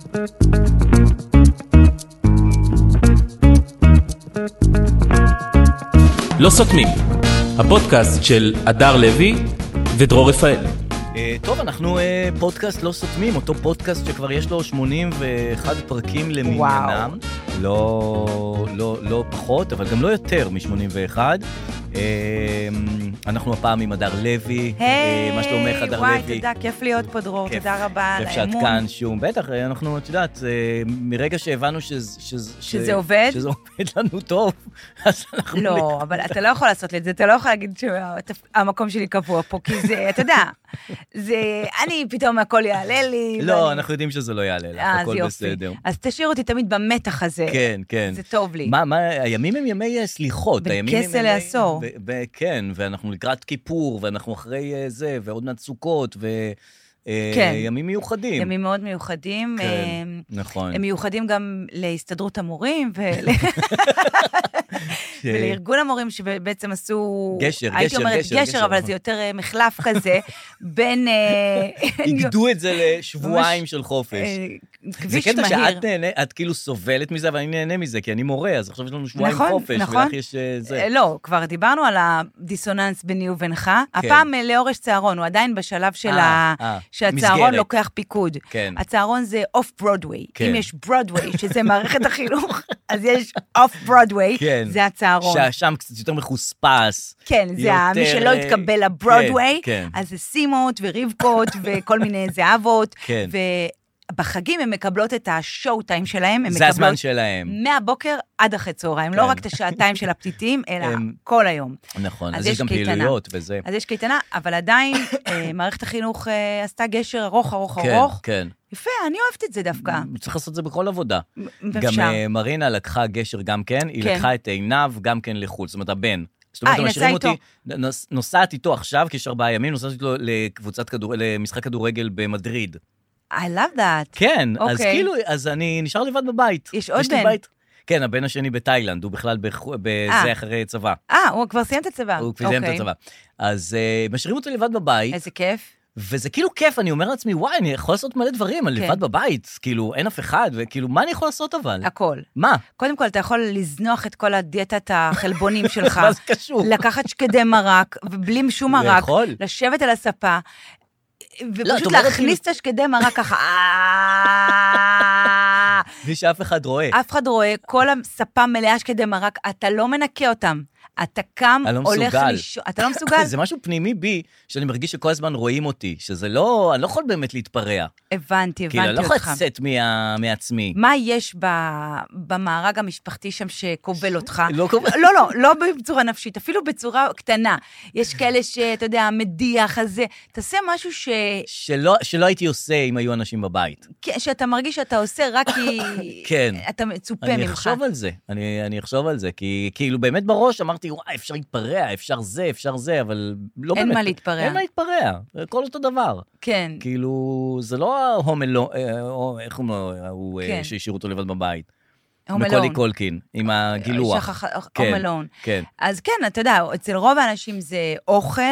לא סותמים, הפודקאסט של אדר לוי ודרור רפאל. טוב, אנחנו פודקאסט לא סותמים, אותו פודקאסט שכבר יש לו 81 פרקים למניינם. לא פחות, אבל גם לא יותר מ-81. אנחנו הפעם עם אדר לוי. מה שלומך, אדר לוי? וואי, תודה, כיף להיות פה, דרור, תודה רבה על האמון. כיף שאת כאן שום. בטח, אנחנו, את יודעת, מרגע שהבנו שזה עובד? שזה עובד לנו טוב, אז אנחנו... לא, אבל אתה לא יכול לעשות את זה, אתה לא יכול להגיד שהמקום שלי קבוע פה, כי זה, אתה יודע, אני פתאום הכל יעלה לי. לא, אנחנו יודעים שזה לא יעלה לך, הכל בסדר. אז תשאיר אותי תמיד במתח הזה. כן, כן. זה טוב לי. מה, הימים הם ימי סליחות. בכסל לעשור. כן, ואנחנו לקראת כיפור, ואנחנו אחרי זה, ועוד מעט סוכות, ימים מיוחדים. ימים מאוד מיוחדים. כן, נכון. הם מיוחדים גם להסתדרות המורים, ולארגון המורים שבעצם עשו... גשר, הייתי אומרת גשר, אבל זה יותר מחלף כזה, בין... הגדו את זה לשבועיים של חופש. כביש מהיר. זה קטע שאת כאילו סובלת מזה, ואני נהנה מזה, כי אני מורה, אז עכשיו יש לנו שבועיים חופש, ולך יש זה. לא, כבר דיברנו על הדיסוננס ביני ובינך, הפעם לאורש צהרון, הוא עדיין בשלב שהצהרון לוקח פיקוד. הצהרון זה אוף ברודווי, אם יש ברודווי, שזה מערכת החינוך, אז יש אוף ברודווי, זה הצהרון. שם קצת יותר מחוספס. כן, זה מי שלא התקבל לברודווי, אז זה סימות ורבקות וכל מיני זהבות, בחגים הן מקבלות את השואו טיים שלהם, זה הזמן שלהם. מהבוקר עד אחרי צהריים, לא רק את השעתיים של הפתיתים, אלא כל היום. נכון, אז יש גם פעילויות וזה. אז יש קייטנה, אבל עדיין מערכת החינוך עשתה גשר ארוך, ארוך, ארוך. כן. יפה, אני אוהבת את זה דווקא. צריך לעשות את זה בכל עבודה. גם מרינה לקחה גשר גם כן, היא לקחה את עיניו גם כן לחוץ, זאת אומרת, הבן. היא נסעה איתו. נוסעת איתו עכשיו, כ4 ימים, נוסעת איתו למשחק כדורגל במדריד. I love that. כן, אז כאילו, אז אני נשאר לבד בבית. יש עוד בן. כן, הבן השני בתאילנד, הוא בכלל בזה אחרי צבא. הוא כבר סיים את הצבא. הוא כבר סיים את הצבא. אז משאירים אותו לבד בבית. איזה כיף. וזה כאילו כיף, אני אומר לעצמי, וואי, אני יכול לעשות מלא דברים, אני לבד בבית, כאילו, אין אף אחד, וכאילו, מה אני יכול לעשות אבל? הכל. מה? קודם כל, אתה יכול לזנוח את כל הדיאטת החלבונים שלך. מה זה קשור? לקחת שקדי מרק, ובלי שום מרק, לשבת על הספה, ופשוט להכניס את השקדי מרק ככה, בלי שאף אחד רואה. אף אחד רואה, כל הספה מלאה שקדי מרק, אתה לא מנקה אותם. אתה קם, הולך לישון, אתה לא מסוגל. זה משהו פנימי בי, שאני מרגיש שכל הזמן רואים אותי, שזה לא, אני לא יכול באמת להתפרע. הבנתי אותך. כאילו, אני לא יכול לצאת מעצמי. מה יש במארג המשפחתי שם שקובל אותך? לא בצורה נפשית, אפילו בצורה קטנה. יש כאלה שאתה יודע, מדיח, אז תעשה משהו שלא הייתי עושה אם היו אנשים בבית. שאתה מרגיש שאתה עושה רק כי אתה מצופה ממך. אני אחשוב על זה, כי כאילו באמת בראש אמרתי, וואי, אפשר להתפרע, אפשר זה, אבל לא באמת. אין מה להתפרע. אין מה להתפרע, כל אותו דבר. כן. כאילו, זה לא ההומלון, איך הוא שהשאיר אותו לבד בבית. מקולי קולקין, עם הגילוח. הומלון. כן. אז כן, אתה יודע, אצל רוב האנשים זה אוכל,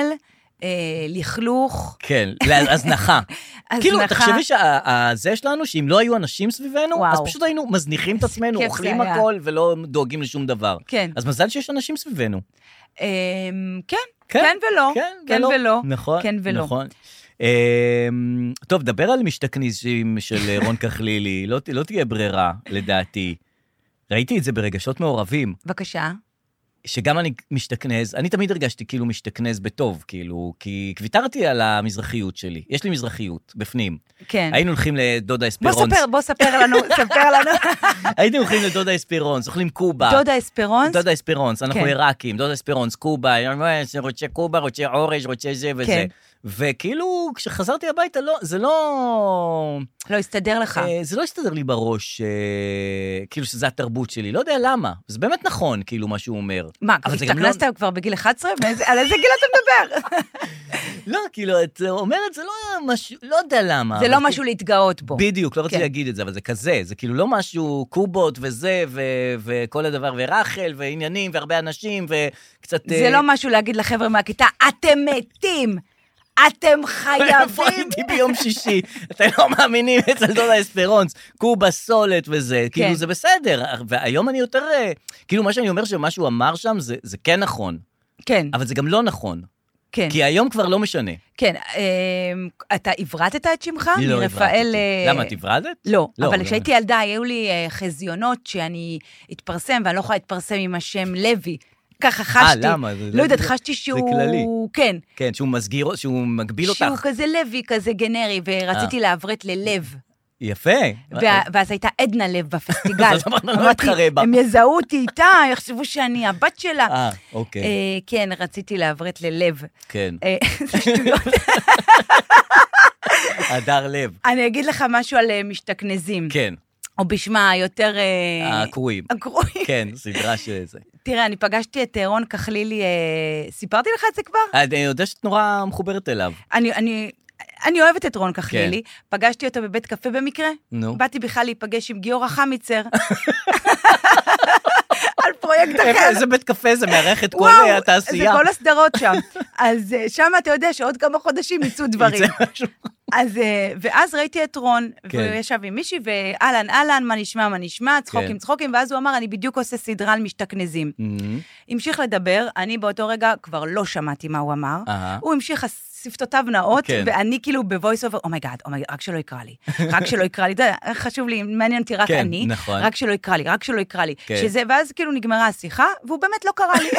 לכלוך. כן, הזנחה. כאילו, תחשבי שזה שלנו, שאם לא היו אנשים סביבנו, אז פשוט היינו מזניחים את עצמנו, אוכלים הכל ולא דואגים לשום דבר. כן. אז מזל שיש אנשים סביבנו. כן, כן ולא. כן ולא. נכון, כן ולא. נכון. טוב, דבר על משתכניזים של רון כחלילי, לא תהיה ברירה, לדעתי. ראיתי את זה ברגשות מעורבים. בבקשה. שגם אני משתכנז, אני תמיד הרגשתי כאילו משתכנז בטוב, כאילו, כי ויתרתי על המזרחיות שלי. יש לי מזרחיות, בפנים. כן. היינו הולכים לדודה אספירונס. בוא ספר לנו. היינו הולכים לדודה אספירונס, אוכלים קובה. דודה אספירונס? דודה אספירונס, אנחנו עיראקים, דודה אספירונס, קובה, רוצה קובה, רוצה אורז, רוצה זה וזה. וכאילו, כשחזרתי הביתה, זה לא... לא הסתדר לך. זה לא הסתדר לי בראש, כאילו שזה התרבות שלי, לא יודע למה. זה באמת נכון, כאילו, מה שהוא אומר. מה, השתכנסת כבר בגיל 11? על איזה גיל אתה מדבר? לא, כאילו, את אומרת, זה לא משהו, לא יודע למה. זה לא משהו להתגאות בו. בדיוק, לא רציתי להגיד את זה, אבל זה כזה, זה כאילו לא משהו קובות וזה, וכל הדבר, ורחל, ועניינים, והרבה אנשים, וקצת... זה לא משהו להגיד לחבר'ה מהכיתה, אתם מתים! אתם חייבים. איפה הייתי ביום שישי? אתם לא מאמינים אצל דודה אספרנס, קובה סולת וזה, כאילו זה בסדר. והיום אני יותר, כאילו מה שאני אומר שמה שהוא אמר שם, זה כן נכון. כן. אבל זה גם לא נכון. כן. כי היום כבר לא משנה. כן, אתה עברתת את שמך? אני לא עברתתי. למה, את עברדת? לא, אבל כשהייתי ילדה, היו לי חזיונות שאני אתפרסם, ואני לא יכולה להתפרסם עם השם לוי. ככה חשתי. למה? לא יודעת, חשתי שהוא... זה כללי. כן. כן, שהוא מגביל אותך. שהוא כזה לוי, כזה גנרי, ורציתי לעברת ללב. יפה. ואז הייתה עדנה לב בפסטיגל. אז אמרנו, לא התחרה בה. הם יזהו אותי איתה, יחשבו שאני הבת שלה. אוקיי. כן, רציתי לעברת ללב. כן. זה שטויות. הדר לב. אני אגיד לך משהו על משתכנזים. כן. או בשמה יותר... הקרואים. הקרואים. כן, סדרה שזה. תראה, אני פגשתי את רון כחלילי, סיפרתי לך את זה כבר? אני יודע שאת נורא מחוברת אליו. אני אוהבת את רון כחלילי, פגשתי אותו בבית קפה במקרה, באתי בכלל להיפגש עם גיורא חמיצר, על פרויקט אחר. איזה בית קפה זה מארח את כל התעשייה. זה כל הסדרות שם. אז שם אתה יודע שעוד כמה חודשים יצאו דברים. ואז ראיתי את רון, והוא ישב עם מישהי, ואלן, מה נשמע, צחוקים, ואז הוא אמר, אני בדיוק עושה סדרה על משתכנזים. המשיך לדבר, אני באותו רגע כבר לא שמעתי מה הוא אמר, הוא המשיך שפתותיו נאות, ואני כאילו בוויס אובר, אומייגאד, רק שלא יקרא לי, חשוב לי, מעניין אותי רק אני, רק שלא יקרא לי, ואז כאילו נגמרה השיחה, והוא באמת לא קרא לי.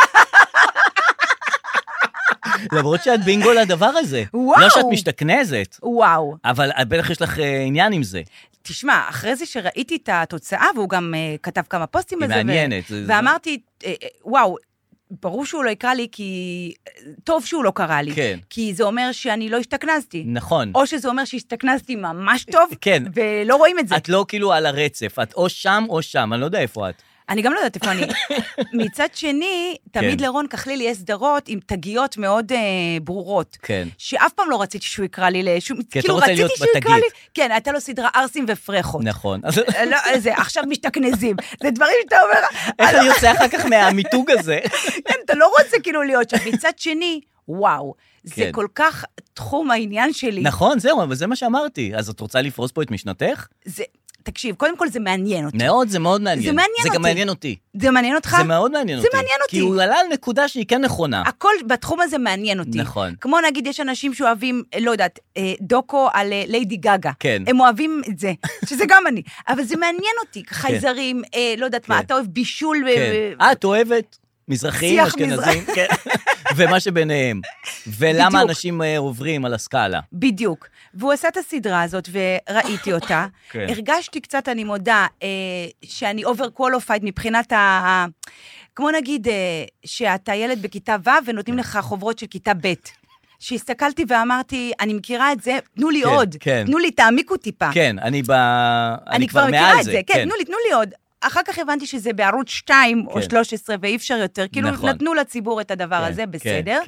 למרות שאת בינגו לדבר הזה. וואו. לא שאת משתכנזת. וואו. אבל בטח יש לך עניין עם זה. תשמע, אחרי זה שראיתי את התוצאה, והוא גם כתב כמה פוסטים בזה. היא מעניינת. ואמרתי, וואו, ברור שהוא לא יקרא לי, כי טוב שהוא לא קרא לי. כן. כי זה אומר שאני לא השתכנזתי. נכון. או שזה אומר שהשתכנזתי ממש טוב, כן. ולא רואים את זה. את לא כאילו על הרצף, את או שם או שם, אני לא יודע איפה את. אני גם לא יודעת איפה אני. מצד שני, תמיד לרון כחלילי יש סדרות עם תגיות מאוד ברורות. כן. שאף פעם לא רציתי שהוא יקרא לי לשום... כי אתה רוצה להיות בתגית. כן, הייתה לו סדרה ארסים ופרחות. נכון. לא, זה עכשיו משתכנזים. זה דברים שאתה אומר... איך אני יוצא אחר כך מהמיתוג הזה? כן, אתה לא רוצה כאילו להיות שם. מצד שני, וואו, זה כל כך תחום העניין שלי. נכון, זהו, אבל זה מה שאמרתי. אז את רוצה לפרוס פה את משנתך? תקשיב, קודם כל זה מעניין אותי. מאוד, זה מאוד מעניין. זה מעניין אותי. זה גם מעניין אותי. זה מעניין אותך? זה מאוד מעניין אותי. זה מעניין אותי. כי הוא עלה על נקודה שהיא כן נכונה. הכל בתחום הזה מעניין אותי. נכון. כמו נגיד, יש אנשים שאוהבים, לא יודעת, דוקו על ליידי גגה. כן. הם אוהבים את זה, שזה גם אני. אבל זה מעניין אותי, חייזרים, לא יודעת מה, אתה אוהב בישול. כן. את אוהבת מזרחים, אשכנזים. כן. ומה שביניהם. ולמה אנשים עוברים על הסקאלה. בדיוק. והוא עשה את הסדרה הזאת, וראיתי אותה. הרגשתי קצת, אני מודה, שאני overqualified מבחינת כמו נגיד, שאתה ילד בכיתה ו' ונותנים לך חוברות של כיתה ב'. שהסתכלתי ואמרתי, אני מכירה את זה, תנו לי עוד. תנו לי, תעמיקו טיפה. כן, אני כבר מעל זה. כן, תנו לי עוד. אחר כך הבנתי שזה בערוץ 2 או 13, ואי אפשר יותר. כאילו נתנו לציבור את הדבר הזה, בסדר.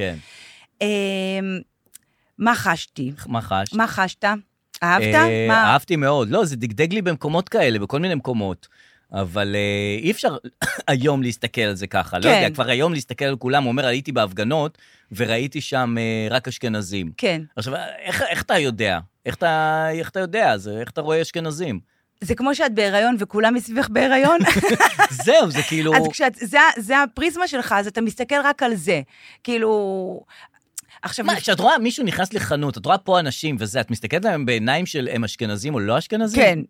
מה חשתי? מה חשת? אהבת? אהבתי מאוד. לא, זה דגדג לי במקומות כאלה, בכל מיני מקומות. אבל אי אפשר היום להסתכל על זה ככה. לא יודע, כבר היום להסתכל על כולם, הוא אומר, הייתי בהפגנות, וראיתי שם רק אשכנזים. כן. עכשיו, איך אתה יודע? איך אתה יודע? איך אתה רואה אשכנזים? זה כמו שאת בהיריון וכולם מסביבך בהיריון. זהו, זה כאילו... אז זה הפריזמה שלך, אז אתה מסתכל רק על זה. כאילו... כשאת רואה מישהו נכנס לחנות, את רואה פה אנשים וזה, את מסתכלת להם בעיניים של הם אשכנזים או לא אשכנזים? כן.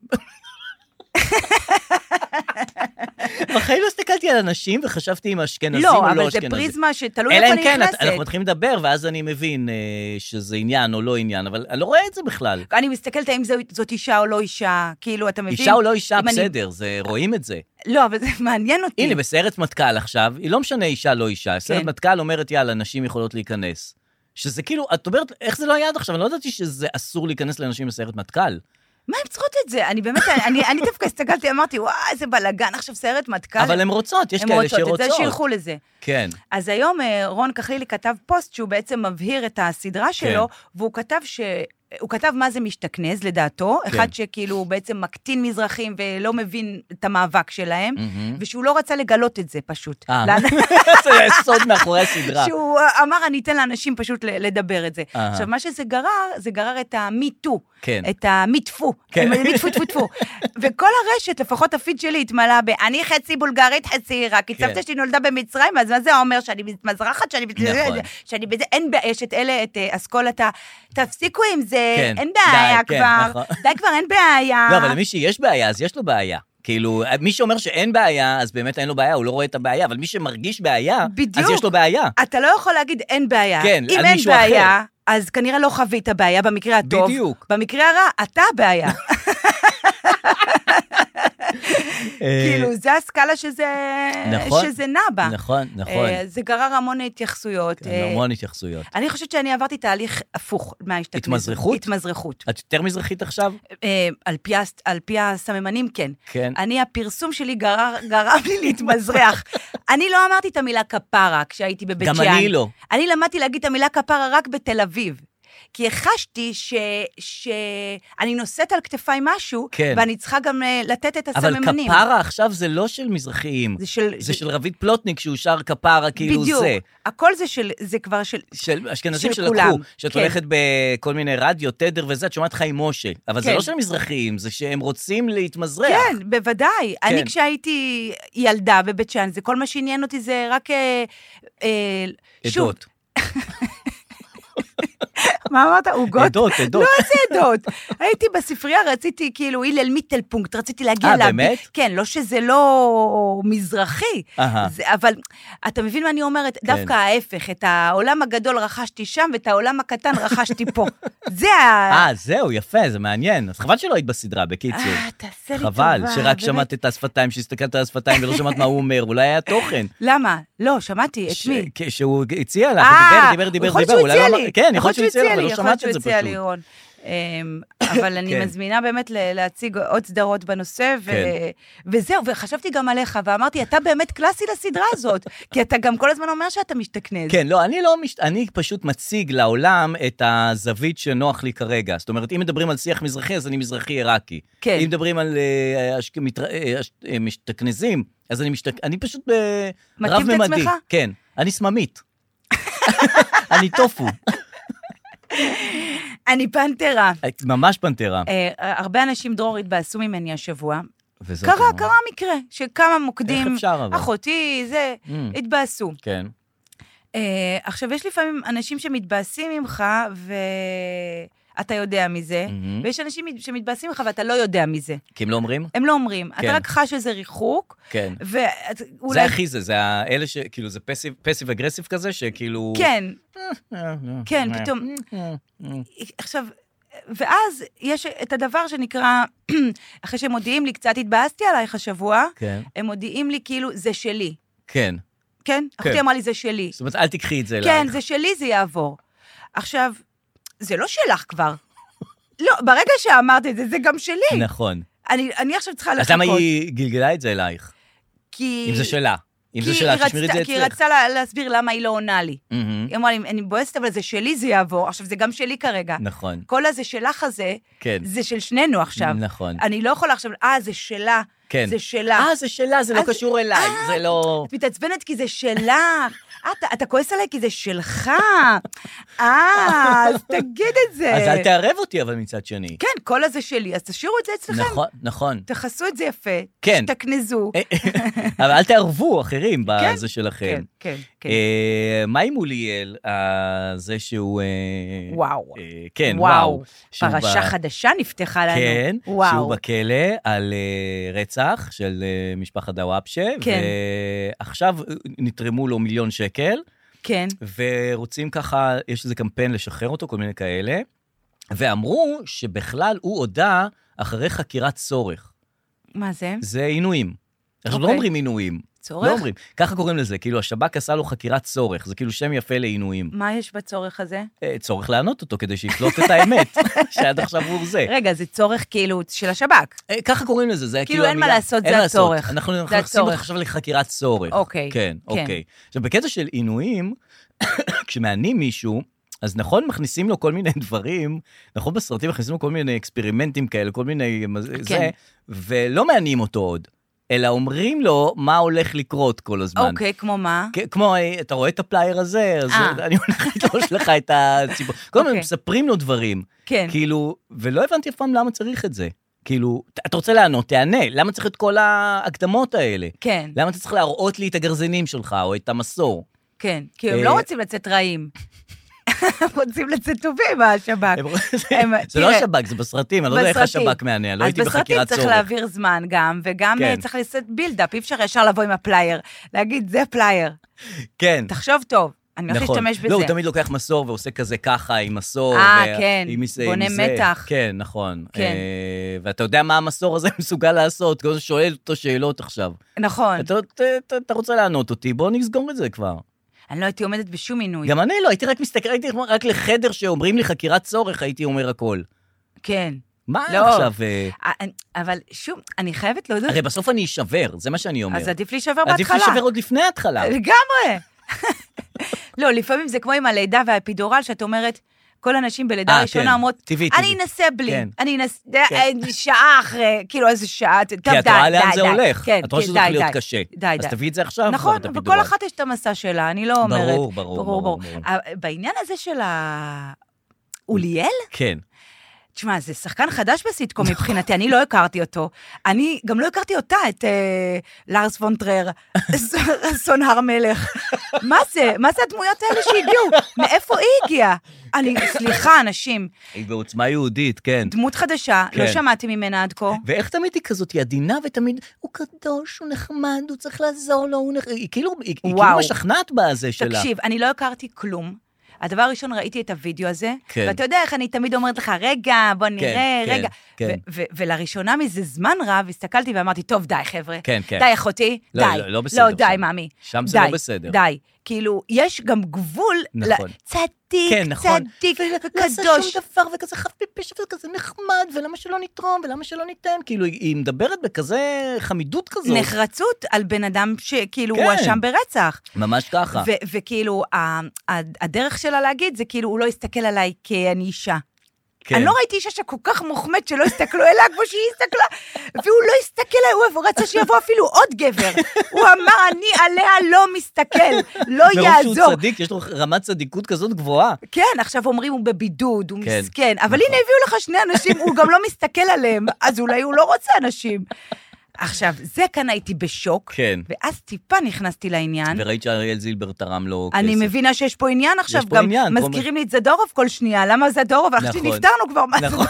בחיים לא הסתכלתי על אנשים וחשבתי אם אשכנזים או לא אשכנזים. לא, אבל זה פריזמה שתלוי איפה נכנסת. אלא אם כן, אנחנו מתחילים לדבר, ואז אני מבין שזה עניין או לא עניין, אבל אני לא רואה את זה בכלל. אני מסתכלת האם זאת אישה או לא אישה, כאילו, אתה מבין? אישה או לא אישה, בסדר, רואים את זה. לא, אבל זה מעניין אותי. הנה, בסיירת מטכ"ל עכשיו, היא לא משנה אישה לא אישה, סיירת מטכ"ל אומרת, יאללה, נשים יכולות להיכנס. שזה כאילו, את אומרת, איך זה לא היה עד עכשיו? אני לא ידעתי שזה אסור להיכנס לאנשים בסיירת מטכ"ל. מה הם צריכות את זה? אני באמת, אני דווקא הסתכלתי, אמרתי, וואי, איזה בלגן, עכשיו סיירת מטכ"ל. אבל הן רוצות, יש כאלה שרוצות. את זה שילכו לזה. כן. אז היום רון כחלילי כתב פוסט שהוא בעצם מבהיר את הסדרה שלו, והוא כתב הוא כתב מה זה משתכנז, לדעתו, אחד שכאילו בעצם מקטין מזרחים ולא מבין את המאבק שלהם, ושהוא לא רצה לגלות את זה פשוט. זה סוד מאחורי הסדרה. שהוא אמר, אני אתן לאנשים פשוט לדבר את זה. עכשיו, מה שזה גרר, זה גרר את המיטו, את המיטפו, מיטפו. וכל הרשת, לפחות הפיד שלי, התמלא אני חצי בולגרית, חצי עיראקית, סבתא שלי נולדה במצרים, אז מה זה אומר שאני מזרחת, שאני בזה, אין בעיה, יש את אלה, את אסכולת, תפסיקו עם זה, אין בעיה כבר, די כבר אין בעיה. לא, אבל למי שיש בעיה, אז יש לו בעיה. כאילו, מי שאומר שאין בעיה, אז באמת אין לו בעיה, הוא לא רואה את הבעיה, אבל מי שמרגיש בעיה, אז יש לו בעיה. אתה לא יכול להגיד אין בעיה. אם אין בעיה, אז כנראה לא חווית הבעיה במקרה הטוב. בדיוק. במקרה הרע, אתה הבעיה. כאילו, זה הסקאלה שזה נע בה. נכון. זה גרר המון התייחסויות. המון התייחסויות. אני חושבת שאני עברתי תהליך הפוך מההשתכנזות. התמזרחות? התמזרחות. את יותר מזרחית עכשיו? על פי הסממנים, כן. כן. הפרסום שלי גרם לי להתמזרח. אני לא אמרתי את המילה כפרה כשהייתי בבית שאן. גם אני לא. אני למדתי להגיד את המילה כפרה רק בתל אביב. כי החשתי שאני נושאת על כתפיי משהו, ואני צריכה גם לתת את הסממנים. אבל כפרה עכשיו זה לא של מזרחיים, זה של רבית פלוטניק, שהוא שר כפרה כאילו זה. בדיוק, הכל זה כבר של אשכנזים שלקחו, שאת הולכת בכל מיני רדיו, תדר וזה, את שומעת חיים משה, אבל זה לא של מזרחיים, זה שהם רוצים להתמזרח. כן, בוודאי. אני כשהייתי ילדה בבית שאן, זה כל מה שעניין אותי זה רק... עדות. מה אמרת? עוגות? עדות. לא, איזה עדות. הייתי בספרייה, רציתי כאילו, אילל מיטלפונקט, רציתי להגיע באמת? כן, לא שזה לא מזרחי, אבל אתה מבין מה אני אומרת? דווקא ההפך, את העולם הגדול רכשתי שם, ואת העולם הקטן רכשתי פה. זהו, יפה, זה מעניין. אז חבל שלא היית בסדרה, בקיצור. תעשה לי טובה. חבל, שרק שמעת את השפתיים, שהסתכלת על השפתיים ולא שמעת מה הוא אומר, אולי היה תוכן. למה? לא, שמעתי, את מי? שהוא הציע לך, דיבר. יכול שהוא הציע לי. כן, יכול שהוא הציע לך, ולא שמעת את זה פשוט. אבל אני מזמינה באמת להציג עוד סדרות בנושא, וזהו, וחשבתי גם עליך, ואמרתי, אתה באמת קלאסי לסדרה הזאת, כי אתה גם כל הזמן אומר שאתה משתכנז. כן, לא, אני פשוט מציג לעולם את הזווית שנוח לי כרגע. זאת אומרת, אם מדברים על שיח מזרחי, אז אני מזרחי עיראקי. אם מדברים על משתכנזים, אז אני פשוט רב ממדי. כן, אני סממית. אני טופו. אני פנתרה. ממש פנתרה. הרבה אנשים דרור התבאסו ממני השבוע. קרה מקרה, שכמה מוקדים, איך אפשר אבל? אחותי, זה, התבאסו. כן. עכשיו, יש לפעמים אנשים שמתבאסים ממך, ואתה יודע מזה, ויש אנשים שמתבאסים ממך, ואתה לא יודע מזה. כי הם לא אומרים? הם לא אומרים. אתה רק חש איזה ריחוק. כן. זה הכי זה האלה שכאילו זה פסיב אגרסיב כזה, שכאילו... כן. כן, פתאום. עכשיו, ואז יש את הדבר שנקרא, אחרי שהם מודיעים לי, קצת התבאסתי עלייך השבוע, הם מודיעים לי כאילו, זה שלי. כן. כן? אחותי אמרה לי, זה שלי. זאת אומרת, אל תקחי את זה אלייך. כן, זה שלי, זה יעבור. עכשיו, זה לא שלך כבר. לא, ברגע שאמרת את זה, זה גם שלי. נכון. אני עכשיו צריכה לחכות. אז למה היא גלגלה את זה אלייך? אם זה שלה. אם זה שלה, תשמרי את זה אצלך. כי היא רצתה להסביר למה היא לא עונה לי. היא אמרה לי, אני בועסת, אבל זה שלי, זה יעבור. עכשיו, זה גם שלי כרגע. נכון. כל הזה שלך הזה, זה של שנינו עכשיו. נכון. אני לא יכולה עכשיו, זה שלה, זה שלה. זה שלה, זה לא קשור אליי, זה לא... את מתעצבנת כי זה שלך. אתה כועס עליי כי זה שלך. אז תגיד את זה. אז אל תערב אותי, אבל מצד שני. כן, כל הזה שלי, אז תשאירו את זה אצלכם. נכון. תחסו את זה יפה. כן. תקנזו. אבל אל תערבו אחרים בזה שלכם. כן. מה עם אוליאל, זה שהוא... וואו. כן, וואו. פרשה חדשה נפתחה לנו. כן, שהוא בכלא על רצח של משפחת דוואבשה, ועכשיו נתרמו לו $1,000,000. כן. ורוצים ככה, יש איזה קמפיין לשחרר אותו, כל מיני כאלה, ואמרו שבכלל הוא הודע אחרי חקירת צורך. מה זה? זה עינויים. אנחנו לא אומרים עינויים. צורך? לא אומרים. ככה קוראים לזה, כאילו השב"כ עשה לו חקירת צורך, זה כאילו שם יפה לעינויים. מה יש בצורך הזה? צורך לענות אותו, כדי שיפלוט את האמת, שעד עכשיו הוא זה. רגע, זה צורך כאילו של השב"כ. ככה קוראים לזה, זה כאילו אין מה לעשות, זה הצורך. אנחנו נכנסים עכשיו לחקירת צורך. אוקיי. כן, אוקיי. עכשיו, בקטע של עינויים, כשמענים מישהו, אז נכון, מכניסים לו כל מיני דברים, נכון בסרטים מכניסים לו כל מיני אקספרימנטים כאלה, כל מיני זה, ולא מעניינים אותו עוד. אלא אומרים לו מה הולך לקרות כל הזמן. אוקיי, כמו מה? כמו, אתה רואה את הפלייר הזה, אז אני הולך לתלוש לך את הציבור. כל הזמן מספרים לו דברים. כן. כאילו, ולא הבנתי אף פעם למה צריך את זה. כאילו, אתה רוצה לענות, תענה. למה צריך את כל ההקדמות האלה? כן. למה אתה צריך להראות לי את הגרזינים שלך, או את המסור? כן, כי הם לא רוצים לצאת רעים. הם רוצים לצאת טובים, השב"כ. זה לא השב"כ, זה בסרטים, אני לא יודע איך השב"כ מעניין, לא הייתי בחקירת צורך. אז בסרטים צריך להעביר זמן גם, וגם צריך לעשות בילדאפ, אי אפשר ישר לבוא עם הפלייר, להגיד, זה פלייר. כן. תחשוב טוב, אני הולך להשתמש בזה. לא, הוא תמיד לוקח מסור ועושה כזה ככה עם מסור. כן, בונה מתח. כן, נכון. ואתה יודע מה המסור הזה מסוגל לעשות, כי הוא שואל אותו שאלות עכשיו. נכון. אתה רוצה לענות אותי, בוא נסגור את זה כבר. אני לא הייתי עומדת בשום מינוי. גם אני לא, הייתי רק מסתכל, הייתי רק לחדר שאומרים לי חקירת צורך, הייתי אומר הכל. כן. מה עכשיו? אבל שוב, אני חייבת להודות. הרי בסוף אני אשבר, זה מה שאני אומר. אז עדיף להישבר בהתחלה. עדיף להישבר עוד לפני ההתחלה. לגמרי. לא, לפעמים זה כמו עם הלידה והאפידורל, שאת אומרת, כל הנשים בלידה ראשונה אומרות, אני אנסה בלי, אני אנסה, שעה אחרי, כאילו איזה שעה, כי את רואה לאן זה הולך, את רואה שזה הולך להיות קשה, אז תביאי את זה עכשיו. נכון, וכל אחת יש את המסע שלה, אני לא אומרת. ברור. בעניין הזה של אוליאל? כן. תשמע, זה שחקן חדש בסיטקום מבחינתי, אני לא הכרתי אותו. אני גם לא הכרתי אותה, את לארס פון טרר, סון הר מלך. מה זה? מה זה הדמויות האלה שהגיעו? מאיפה היא הגיעה? סליחה, אנשים. היא בעוצמה יהודית, כן. דמות חדשה, לא שמעתי ממנה עד כה. ואיך תמיד היא כזאת, היא עדינה ותמיד, הוא קדוש, הוא נחמד, הוא צריך לעזור לו, היא כאילו משכנעת בזה שלה. תקשיב, אני לא הכרתי כלום. הדבר הראשון, ראיתי את הוידאו הזה, ואתה יודע איך אני תמיד אומרת לך, רגע, בוא נראה, רגע. ולראשונה מזה זמן רב, הסתכלתי ואמרתי, טוב, די, חבר'ה. די, אחותי, די. לא בסדר. לא, די, מאמי. שם זה לא בסדר. די. כאילו, יש גם גבול צדיק, קדוש. לעשות שום דבר, וכזה חפי פשע, וכזה נחמד, ולמה שלא נתרום, ולמה שלא ניתן. כאילו, היא מדברת בכזה חמידות כזאת. נחרצות על בן אדם שכאילו הוא אשם ברצח. ממש ככה. וכאילו, הדרך שלה להגיד, זה כאילו, הוא לא הסתכל עליי כאני אישה. אני לא ראיתי אישה שכל כך מוחמד שלא הסתכלו אליה כמו שהיא הסתכלה, והוא לא הסתכל עליה, הוא רצה שיבוא אפילו עוד גבר. הוא אמר, אני עליה לא מסתכל, לא יעזור. מרוב שהוא צדיק, יש לו רמת צדיקות כזאת גבוהה. כן, עכשיו אומרים, הוא בבידוד, הוא מסכן, אבל הנה הביאו לך שני אנשים, הוא גם לא מסתכל עליהם, אז אולי הוא לא רוצה אנשים. עכשיו, זה כאן הייתי בשוק, ואז טיפה נכנסתי לעניין. וראית שאריאל זילבר תרם לו כסף. אני מבינה שיש פה עניין עכשיו, גם מזכירים לי את זדורוב כל שנייה, למה זדורוב? אחרי שנפטרנו כבר, מה זדורוב?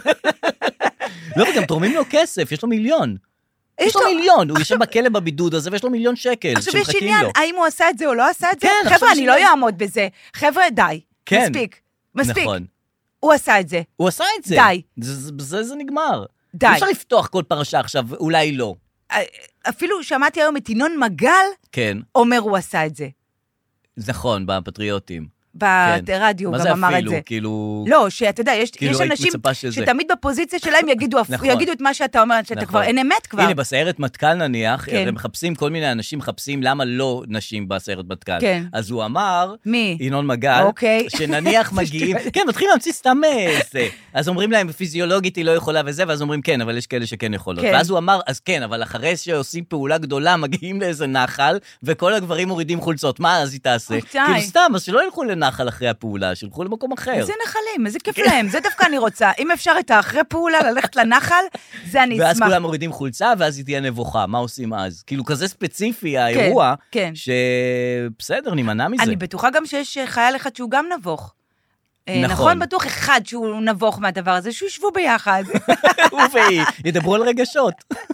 לא, וגם תורמים לו כסף, יש לו מיליון. יש לו מיליון, הוא יושב בכלא בבידוד הזה, ויש לו מיליון שקל עכשיו יש עניין, האם הוא עשה את זה או לא עשה את זה? חבר'ה, אני לא אעמוד בזה. חבר'ה, די. מספיק. הוא עשה את זה. הוא עשה את זה. די. זה נגמר. די. אפשר לפתוח כל פרשה עכשיו, אולי לא. אפילו שמעתי היום את ינון מגל, אומר הוא עשה את זה. נכון, בפטריוטים. ברדיו גם אמר את זה. מה זה אפילו? כאילו... לא, שאתה יודע, יש אנשים שתמיד בפוזיציה שלהם יגידו את מה שאתה אומר, שאתה כבר אין אמת כבר. הנה, בסיירת מטכ"ל נניח, הם מחפשים, כל מיני אנשים מחפשים למה לא נשים בסיירת מטכ"ל. אז הוא אמר, ינון מגל, שנניח מגיעים, כן, מתחילים להמציא סתם זה. אז אומרים להם, פיזיולוגית היא לא יכולה וזה, ואז אומרים כן, אבל יש כאלה שכן יכולות. ואז הוא אמר, אז כן, אבל אחרי שעושים פעולה גדולה, מגיעים לאיזה נחל, וכל הגברים מורידים חולצות. מה אז היא תעשה? כאילו סתם, אז שלא ילכו לנחל אחרי הפעולה, שילכו למקום אחר. איזה נחלים, איזה כיף להם, זה דווקא אני רוצה. אם אפשר את האחרי פעולה ללכת לנחל, זה אני אשמח. ואז כולם מורידים חולצה, ואז היא תהיה נבוכה. מה עושים אז? כאילו כזה ספציפי האירוע, שבסדר, נימנע מזה. אני בטוחה גם שיש חייל אחד שהוא גם נבוך. נכון, בטוח אחד שהוא נבוך מהדבר הזה, שהוא ישבו ביחד. הוא והיא, ידברו על רגשות.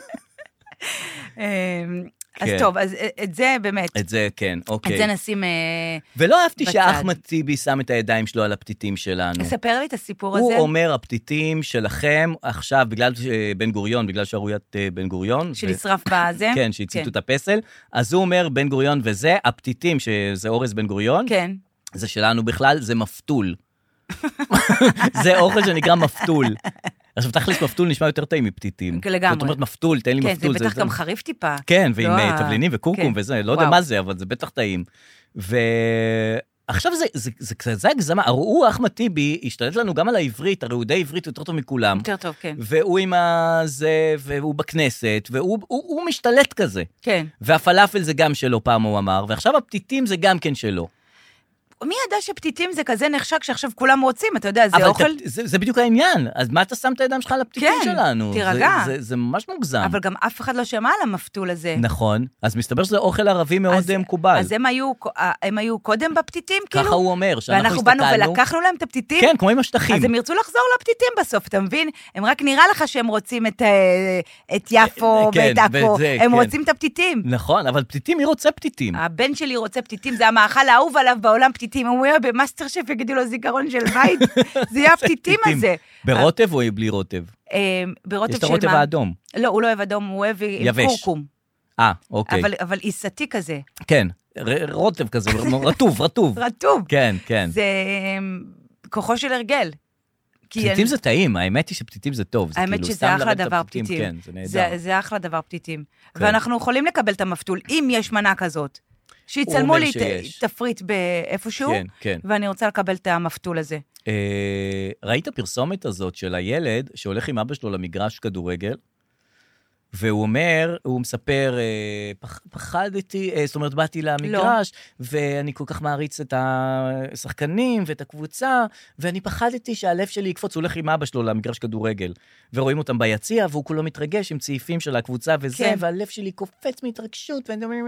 אז טוב, אז את זה באמת. את זה, כן, אוקיי. את זה נשים ולא אהבתי שאחמד טיבי שם את הידיים שלו על הפתיתים שלנו. ספר לי את הסיפור הזה. הוא אומר, הפתיתים שלכם, עכשיו, בגלל בן גוריון, בגלל שערוריית בן גוריון. שנשרף בזה. כן, שהציתו את הפסל. אז הוא אומר, בן גוריון וזה, הפתיתים, שזה אורז בן גוריון. כן. זה שלנו בכלל, זה מפתול. זה אוכל שנקרא מפתול. עכשיו, תכלס מפתול נשמע יותר טעים מפתיתים. לגמרי. זאת אומרת, מפתול, תן לי מפתול. כן, זה בטח גם חריף טיפה. כן, ועם תבלינים וקוקום וזה, לא יודע מה זה, אבל זה בטח טעים. עכשיו זה קצת הגזמה, הוא, אחמד טיבי, השתלט לנו גם על העברית, הרי הוא יודע עברית יותר טוב מכולם. יותר טוב, כן. והוא עם הזה, והוא בכנסת, והוא משתלט כזה. כן. והפלאפל זה גם שלו, פעם הוא אמר, ועכשיו הפתיתים זה גם כן שלו. מי ידע שפתיתים זה כזה נחשק שעכשיו כולם רוצים, אתה יודע, זה אוכל... זה בדיוק העניין, אז מה אתה שם את הידיים שלך על הפתיתים שלנו? כן, תירגע. זה ממש מוגזם. אבל גם אף אחד לא שמע על המפתול הזה. נכון, אז מסתבר שזה אוכל ערבי מאוד מקובל. אז הם היו קודם בפתיתים, כאילו? ככה הוא אומר, שאנחנו ואנחנו באנו ולקחנו להם את הפתיתים? כן, כמו עם השטחים. אז הם ירצו לחזור לפתיתים בסוף, אתה מבין? הם רק נראה לך שהם רוצים את יפו ואת עכו, הם רוצים את הפתיתים. נכון, אבל פתיתים, מי רוצה פתיתים? הבן שלי רוצה פתיתים, זה המאכל האהוב עליו בעולם פתיתים. הוא היה במאסטר שף, יגידו לו זיכרון של בית, זה יהיה הפתיתים הזה. ברוטב או בלי רוטב? ברוטב של מה? יש את הרוטב האדום. לא, הוא לא אוהב אדום, הוא אוהב עם קורקום. אוקיי. אבל עיסתי כזה. כן, רוטב כזה, רטוב. רטוב. כן, כן. זה כוחו של הרגל. פתיתים זה טעים, האמת היא שפתיתים זה טוב. האמת שזה אחלה דבר פתיתים. כן, זה נהדר. זה אחלה דבר פתיתים. ואנחנו יכולים לקבל את המפתול, אם יש מנה כזאת. שיצלמו לי תפריט באיפשהו, ואני רוצה לקבל את המפתול הזה. ראית הפרסומת הזאת של הילד שהולך עם אבא שלו למגרש כדורגל, והוא אומר, הוא מספר, פחדתי, זאת אומרת, באתי למגרש, ואני כל כך מעריץ את השחקנים ואת הקבוצה, ואני פחדתי שהלב שלי יקפוץ, הוא הולך עם אבא שלו למגרש כדורגל, ורואים אותם ביציע, והוא כולו מתרגש עם צעיפים של הקבוצה וזה, והלב שלי קופץ מהתרגשות, ואני אומר,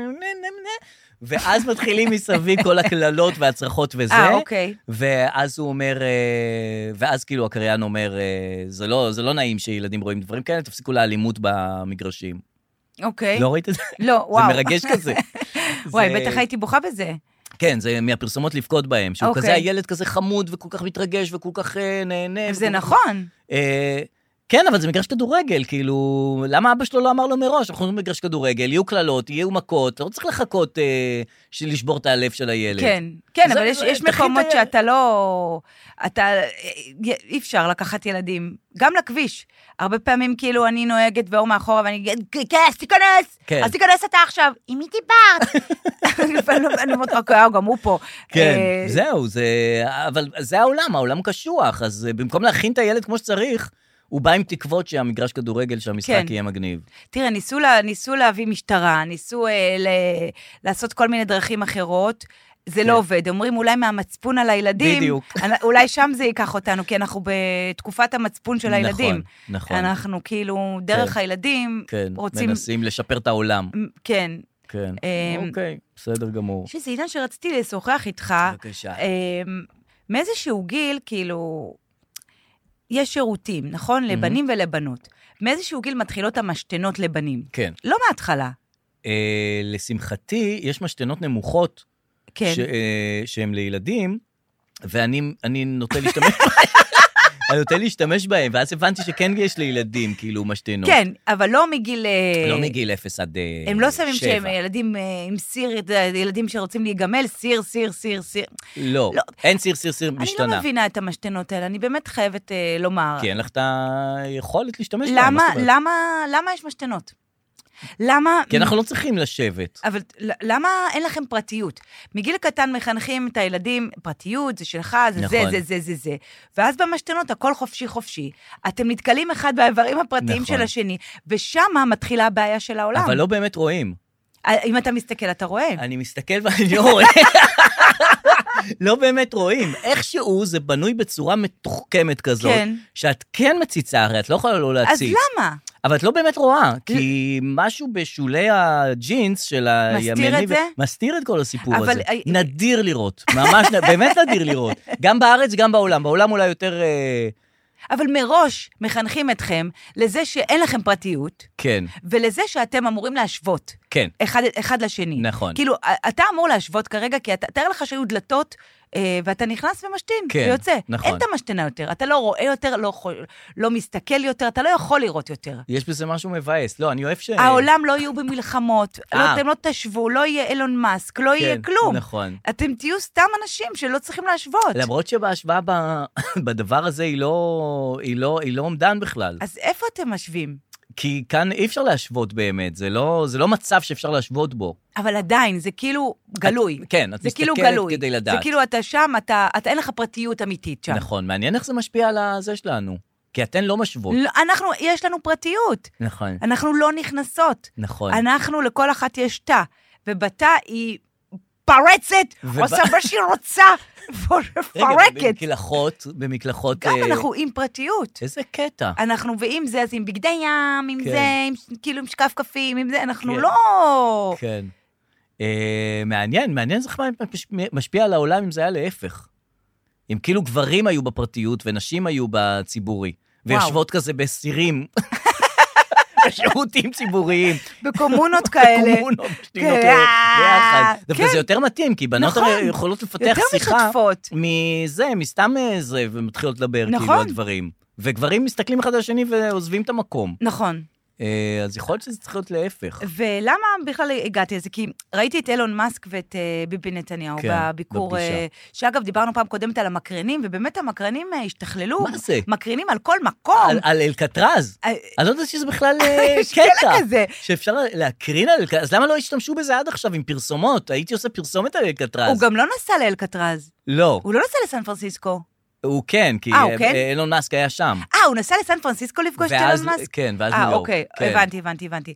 ואז מתחילים מסביב כל הכללות והצרחות וזה, ואז הוא אומר, ואז כאילו הקריין אומר, זה לא נעים שילדים רואים דברים כאלה, תפסיקו לאלימות במגרשים. אוקיי. לא ראית את זה? לא, וואו. זה מרגש כזה. וואי, בטח הייתי בוכה בזה. כן, זה מהפרסומות לבכות בהם, שהוא כזה הילד כזה חמוד וכל כך מתרגש וכל כך נהנה. זה נכון. כן, אבל זה מגרש כדורגל, כאילו, למה אבא שלו לא אמר לו מראש? אנחנו נותנים מגרש כדורגל, יהיו קללות, יהיו מכות, לא צריך לחכות לשבור את הלב של הילד. כן, אבל יש מקומות שאתה לא... אי אפשר לקחת ילדים, גם לכביש. הרבה פעמים כאילו אני נוהגת ואור מאחורה, ואני אגיד, אז תיכנס, אז תיכנס אתה עכשיו. עם מי דיברת? אני אומרת, גם הוא פה. כן, זהו, אבל זה העולם קשוח, אז במקום להכין את הילד כמו שצריך, הוא בא עם תקוות שהמגרש כדורגל, שהמשחק יהיה מגניב. תראה, ניסו להביא משטרה, ניסו לעשות כל מיני דרכים אחרות, זה לא עובד. אומרים אולי מהמצפון על הילדים, בדיוק. אולי שם זה ייקח אותנו, כי אנחנו בתקופת המצפון של הילדים. נכון. אנחנו כאילו, דרך הילדים, רוצים... מנסים לשפר את העולם. כן. כן, אוקיי, בסדר גמור. יש איזה עניין שרציתי לשוחח איתך, בבקשה. מאיזשהו גיל, כאילו... יש שירותים, נכון? לבנים ולבנות. מאיזשהו גיל מתחילות המשתנות לבנים. כן. לא מההתחלה. לשמחתי, יש משתנות נמוכות, כן. שהן לילדים, ואני נוטה להשתמש אני נוטה להשתמש בהם, ואז הבנתי שכן יש לילדים, כאילו, משתנות. כן, אבל לא מגיל... לא מגיל 0 עד 7. הם לא שמים שהם ילדים עם סיר, ילדים שרוצים להיגמל, סיר. לא, אין סיר משתנה. אני לא מבינה את המשתנות האלה, אני באמת חייבת לומר. כי אין לך את היכולת להשתמש בהם. למה יש משתנות? למה... כי אנחנו לא צריכים לשבת. אבל למה אין לכם פרטיות? מגיל קטן מחנכים את הילדים, פרטיות, זה שלך, זה. ואז במשתנות הכל חופשי. אתם נתקלים אחד באיברים הפרטיים של השני, ושם מתחילה הבעיה של העולם. אבל לא באמת רואים. אם אתה מסתכל, אתה רואה. אני מסתכל ואני לא רואה. לא באמת רואים. איכשהו זה בנוי בצורה מתוחכמת כזאת, שאת כן מציצה, הרי את לא יכולה לא להציץ. אז למה? אבל את לא באמת רואה, כי משהו בשולי הג'ינס של הימני... מסתיר את זה? מסתיר את כל הסיפור הזה. נדיר לראות, ממש, באמת נדיר לראות. גם בארץ, גם בעולם. בעולם אולי יותר... אבל מראש מחנכים אתכם לזה שאין לכם פרטיות, כן. ולזה שאתם אמורים להשוות. כן. אחד לשני. נכון. כאילו, אתה אמור להשוות כרגע, כי תאר לך שהיו דלתות, ואתה נכנס ומשתין, כן, ויוצא. נכון. אין את המשתנה יותר, אתה לא רואה יותר, לא מסתכל יותר, אתה לא יכול לראות יותר. יש בזה משהו מבאס, לא, אני אוהב העולם לא יהיו במלחמות, אתם לא תשבו, לא יהיה אילון מאסק, לא יהיה כלום. נכון. אתם תהיו סתם אנשים שלא צריכים להשוות. למרות שבהשוואה בדבר הזה היא לא עומדן בכלל. אז איפה אתם משווים? כי כאן אי אפשר להשוות באמת, זה לא מצב שאפשר להשוות בו. אבל עדיין, זה כאילו גלוי. כן, את מסתכלת כדי לדעת. זה כאילו אתה שם, אתה אין לך פרטיות אמיתית שם. נכון, מעניין איך זה משפיע על זה שלנו. כי אתן לא משוות. יש לנו פרטיות. נכון. אנחנו לא נכנסות. נכון. אנחנו, לכל אחת יש תא, ובתא היא פרצת, עושה מה שהיא רוצה, ופרקת. במקלחות... גם אנחנו עם פרטיות. איזה קטע. אנחנו, ועם זה, אז עם בגדי ים, עם זה, כאילו עם שקף קפים, עם זה, אנחנו לא... כן. מעניין זה משפיע על העולם אם זה היה להפך. אם כאילו גברים היו בפרטיות ונשים היו בציבורי, ויושבות כזה בסירים, בשירותים ציבוריים. בקומונות כאלה. בקומונות, שתינות ביחד. וזה יותר מתאים, כי בנות יכולות לפתח שיחה מזה, מסתם זה, ומתחילות לדבר כאילו על דברים. וגברים מסתכלים אחד על השני ועוזבים את המקום. נכון. אז יכול להיות שזה צריך להיות להפך. ולמה בכלל הגעתי לזה? כי ראיתי את אילון מאסק ואת ביבי נתניהו בביקור, שאגב, דיברנו פעם קודמת על המקרנים, ובאמת המקרנים השתכללו. מה זה? מקרנים על כל מקום. על אלקטרז. אני לא יודעת שזה בכלל קטע. שאפשר להקרין על אלקטרז. אז למה לא השתמשו בזה עד עכשיו עם פרסומות? הייתי עושה פרסומת על אלקטרז. הוא גם לא נסע לאלקטרז. לא. הוא לא נסע לסן פרנסיסקו. הוא כן, כי אילון מאסק היה שם. הוא נסע לסן פרנסיסקו לפגוש את אילון מאסק? כן, ואז ניו יורק. אוקיי, הבנתי.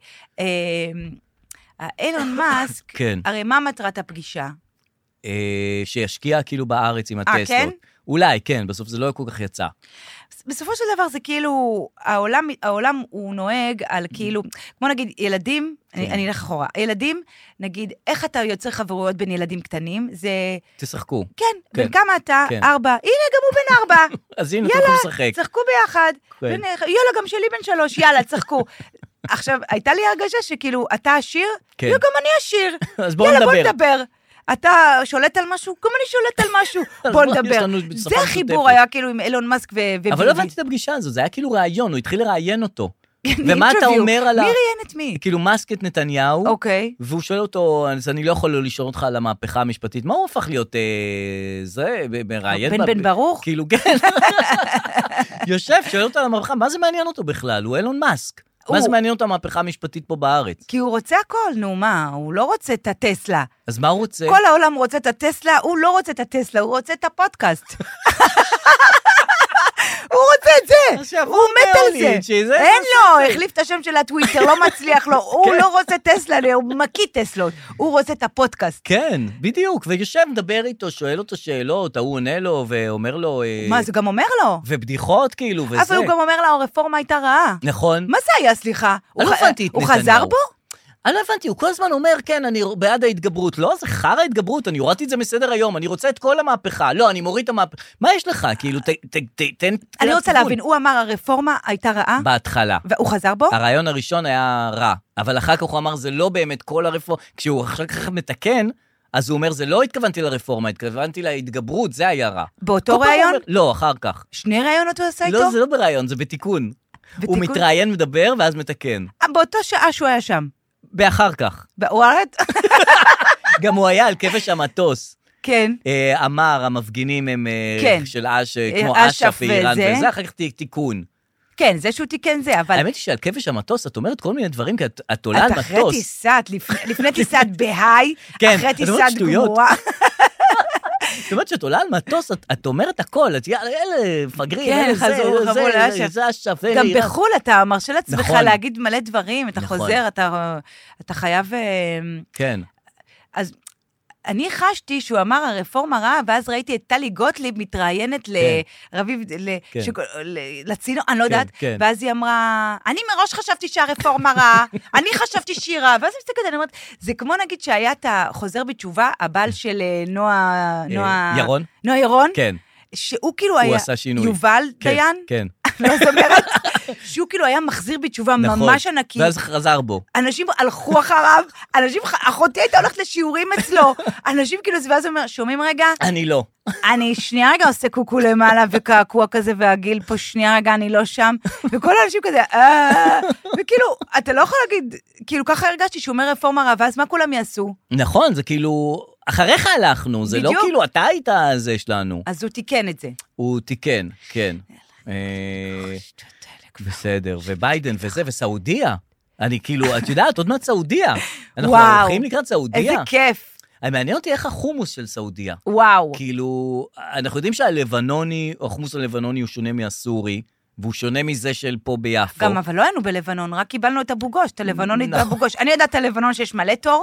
אילון מאסק, הרי מה מטרת הפגישה? שישקיע כאילו בארץ עם הטסלות. כן? אולי, כן, בסוף זה לא כל כך יצא. בסופו של דבר זה כאילו, העולם הוא נוהג על כאילו, כמו נגיד ילדים, אני אלך אחורה, ילדים, נגיד, איך אתה יוצר חברויות בין ילדים קטנים, זה... תשחקו. כן, בין כמה אתה? 4. הנה, גם הוא בן 4. אז הנה, תלכו לשחק. צחקו ביחד. יאללה, גם שלי בן 3, יאללה, צחקו. עכשיו, הייתה לי הרגשה שכאילו, אתה עשיר, יאללה, גם אני עשיר. אז בואו נדבר. אתה שולט על משהו? גם אני שולט על משהו. בוא נדבר. זה החיבור היה כאילו עם אילון מאסק וביבי. אבל לא הבנתי את הפגישה הזו, זה היה כאילו רעיון, הוא התחיל לראיין אותו. ומה אתה אומר על מי ראיין את מי? כאילו מאסק את נתניהו, אוקיי. והוא שואל אותו, אז אני לא יכול לשאול אותך על המהפכה המשפטית, מה הוא הפך להיות, זה, מראיין? בן ברוך? כאילו, כן. יושב, שואל אותו על המהפכה, מה זה מעניין אותו בכלל? הוא אילון מאסק. מה זה מעניין אותו המהפכה המשפטית פה בארץ? כי הוא רוצה הכל, נו מה, הוא לא רוצה את הטסלה. אז מה הוא רוצה? כל העולם רוצה את הטסלה, הוא לא רוצה את הטסלה, הוא רוצה את הפודקאסט. הוא רוצה את זה, הוא מת על זה. אין לו, החליף את השם של הטוויטר, לא מצליח לו, הוא לא רוצה טסלה, הוא מקיא טסלות, הוא רוצה את הפודקאסט. כן, בדיוק, ויושב, מדבר איתו, שואל אותו שאלות, הוא עונה לו ואומר לו... מה, זה גם אומר לו? ובדיחות כאילו, וזה. אבל הוא גם אומר לה, הרפורמה הייתה רעה. נכון. מה זה היה, סליחה? הוא חזר בו? אני לא הבנתי, הוא כל הזמן אומר, כן, אני בעד ההתגברות. לא, זה חרא ההתגברות, אני הורדתי את זה מסדר היום, אני רוצה את כל המהפכה. לא, אני מוריד את המהפכה. מה יש לך? כאילו, תן... אני רוצה להבין, הוא אמר, הרפורמה הייתה רעה? בהתחלה. והוא חזר בו? הרעיון הראשון היה רע, אבל אחר כך הוא אמר, זה לא באמת כל הרפורמה. כשהוא אחר כך מתקן, אז הוא אומר, זה לא התכוונתי לרפורמה, התכוונתי להתגברות, זה היה רע. באותו רעיון? לא, אחר כך. שני רעיונות הוא עשה איתו? לא, זה לא ברעיון, זה בתיקון. הוא מתראיין, מדבר, ואז מתקן. באותו שעה שהוא היה שם. באחר כך. בוואט? גם הוא היה על כבש המטוס. כן. אמר, המפגינים הם של כמו אש"ף ואיראן וזה, אחר כך תיקון. כן, זה שהוא תיקן זה, אבל... האמת היא שעל כבש המטוס, את אומרת כל מיני דברים, כי את עולה על מטוס. את אחרי טיסת, לפני טיסת בהיי, אחרי טיסת גמורה. זאת אומרת שאת עולה על מטוס, את אומרת הכל, את אלה, מפגרים, זה אש"ף, גם בחול אתה מרשה לעצמך להגיד מלא דברים, אתה חוזר, אתה חייב... כן. אז... אני חשתי שהוא אמר הרפורמה רעה, ואז ראיתי את טלי גוטליב מתראיינת לרביב, לצינו, אני לא יודעת, ואז היא אמרה, אני מראש חשבתי שהרפורמה רעה, אני חשבתי שהיא רעה, ואז אני מסתכלת, אני אומרת, זה כמו נגיד שהיה את החוזר בתשובה, הבעל של נועה ירון, שהוא כאילו היה, יובל דיין, לא זאת אומרת, שהוא כאילו היה מחזיר בתשובה ממש ענקי. ואז חזר בו. אנשים הלכו אחריו, אחותי הייתה הולכת לשיעורים אצלו, אנשים כאילו, ואז אומר, שומעים רגע? אני לא. אני שנייה רגע עושה קוקו למעלה וקעקוע כזה, והגיל פה שנייה רגע, אני לא שם, וכל האנשים כזה, וכאילו, אתה לא יכול להגיד, כאילו ככה הרגשתי שהוא אומר רפורמה רעה, ואז מה כולם יעשו? נכון, זה כאילו... אחריך הלכנו, זה לא כאילו, אתה היית זה שלנו. אז הוא תיקן את זה. הוא תיקן, כן. בסדר, וביידן וזה, וסעודיה. אני כאילו, את יודעת, עוד מעט סעודיה. אנחנו הולכים לקראת סעודיה. איזה כיף. מעניין אותי איך החומוס של סעודיה. וואו. כאילו, אנחנו יודעים שהלבנוני, או החומוס הלבנוני הוא שונה מהסורי, והוא שונה מזה של פה ביפו. גם, אבל לא היינו בלבנון, רק קיבלנו את הבוגוש, את הלבנונית והבוגוש. אני יודעת על לבנון שיש מלא תור,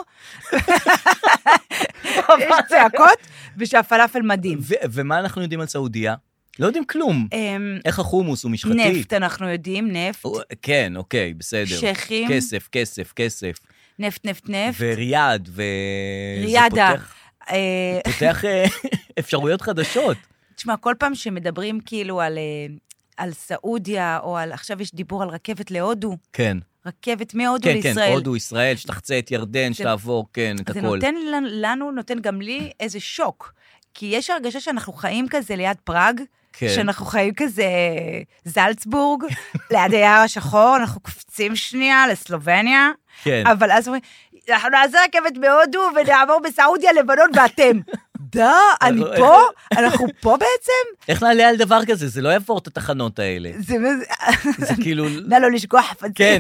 יש צעקות, ושהפלאפל מדהים. ומה אנחנו יודעים על סעודיה? לא יודעים כלום. איך החומוס הוא משחטי? נפט, אנחנו יודעים, נפט. כן, אוקיי, בסדר. שכים. כסף, כסף, כסף. נפט. וריאד, ריאדה. פותח אפשרויות חדשות. תשמע, כל פעם שמדברים כאילו על סעודיה, או עכשיו יש דיבור על רכבת להודו. כן. רכבת מהודו לישראל. כן, הודו, ישראל, שתחצה את ירדן, שתעבור, כן, את הכל. זה נותן לנו, נותן גם לי איזה שוק. כי יש הרגשה שאנחנו חיים כזה ליד פראג, שאנחנו חיים כזה זלצבורג, ליד היער השחור, אנחנו קופצים שנייה לסלובניה, אבל אז אומרים, אנחנו נעשה רכבת בהודו ונעבור בסעודיה, לבנון ואתם. אני פה? אנחנו פה בעצם? איך נעלה על דבר כזה? זה לא יעבור את התחנות האלה. זה כאילו... נא לא לשכוח חפצים. כן.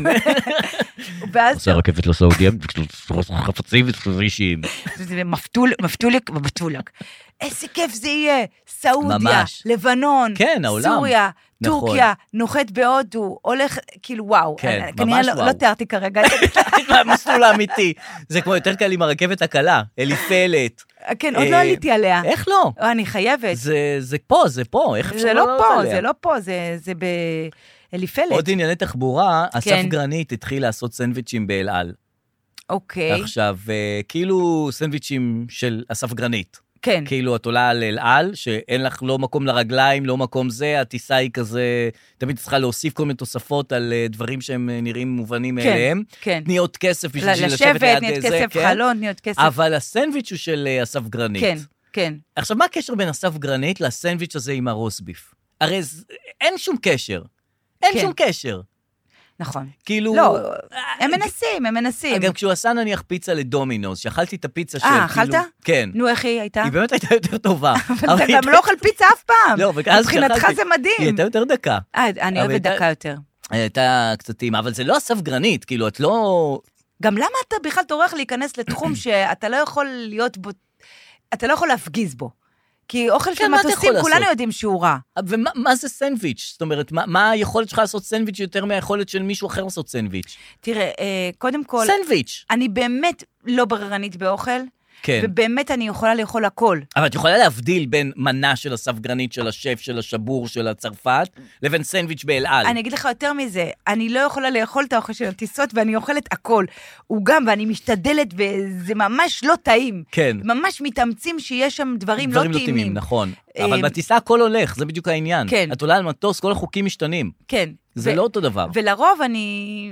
עושה רכבת לסעודיה, חפצים וסרישים. זה מפתולק. איזה כיף זה יהיה. סעודיה, לבנון, סוריה, טורקיה, נוחת בהודו, הולך, כאילו וואו. כן, ממש וואו. לא תיארתי כרגע. המסלול האמיתי. זה כמו יותר קל עם הרכבת הקלה, אליפלט. כן, עוד לא עליתי עליה. איך לא? אני חייבת. זה פה. איך אפשר לא לעלות עליה? זה לא פה, זה באליפלט. עוד ענייני תחבורה, אסף גרנית התחיל לעשות סנדוויצ'ים באל על. אוקיי. עכשיו, כאילו סנדוויצ'ים של אסף גרנית. כן. כאילו את עולה על אל על, שאין לך לא מקום לרגליים, לא מקום זה, הטיסה היא כזה, תמיד צריכה להוסיף כל מיני תוספות על דברים שהם נראים מובנים מאליהם. כן. תני עוד כסף בשביל לשבת ליד זה. לשבת, תני עוד כסף חלון, תני עוד כסף. אבל הסנדוויץ' הוא של אסף גרנית. כן. עכשיו, מה הקשר בין אסף גרנית לסנדוויץ' הזה עם הרוסביף? הרי אין שום קשר. אין שום קשר. נכון. כאילו... לא, הם מנסים. גם כשהוא עשה נניח פיצה לדומינוס, שאכלתי את הפיצה של... אכלת? כן. נו, איך היא הייתה? היא באמת הייתה יותר טובה. אבל אתה גם לא אוכל פיצה אף פעם. לא, מבחינתך זה מדהים. היא הייתה יותר דקה. אני אוהבת דקה יותר. הייתה קצת טעימה, אבל זה לא אסף גרנית, כאילו, את לא... גם למה אתה בכלל טורח להיכנס לתחום שאתה לא יכול להיות בו... אתה לא יכול להפגיז בו. כי אוכל של מטוסים, כולנו יודעים שהוא רע. ומה זה סנדוויץ'? זאת אומרת, מה היכולת שלך לעשות סנדוויץ' יותר מהיכולת של מישהו אחר לעשות סנדוויץ'? תראה, קודם כל... סנדוויץ'. אני באמת לא בררנית באוכל, כן. ובאמת אני יכולה לאכול הכל. אבל את יכולה להבדיל בין מנה של אסף גרנית, של השף, של השבור, של הצרפת, לבין סנדוויץ' באל על. אני אגיד לך יותר מזה, אני לא יכולה לאכול את האוכל של הטיסות, ואני אוכלת הכל. הוא גם, ואני משתדלת, וזה ממש לא טעים. כן. ממש מתאמצים שיש שם דברים לא טעימים. נכון. אבל בטיסה הכל הולך, זה בדיוק העניין. כן. את עולה על מטוס, כל החוקים משתנים. כן. זה לא אותו דבר. ולרוב אני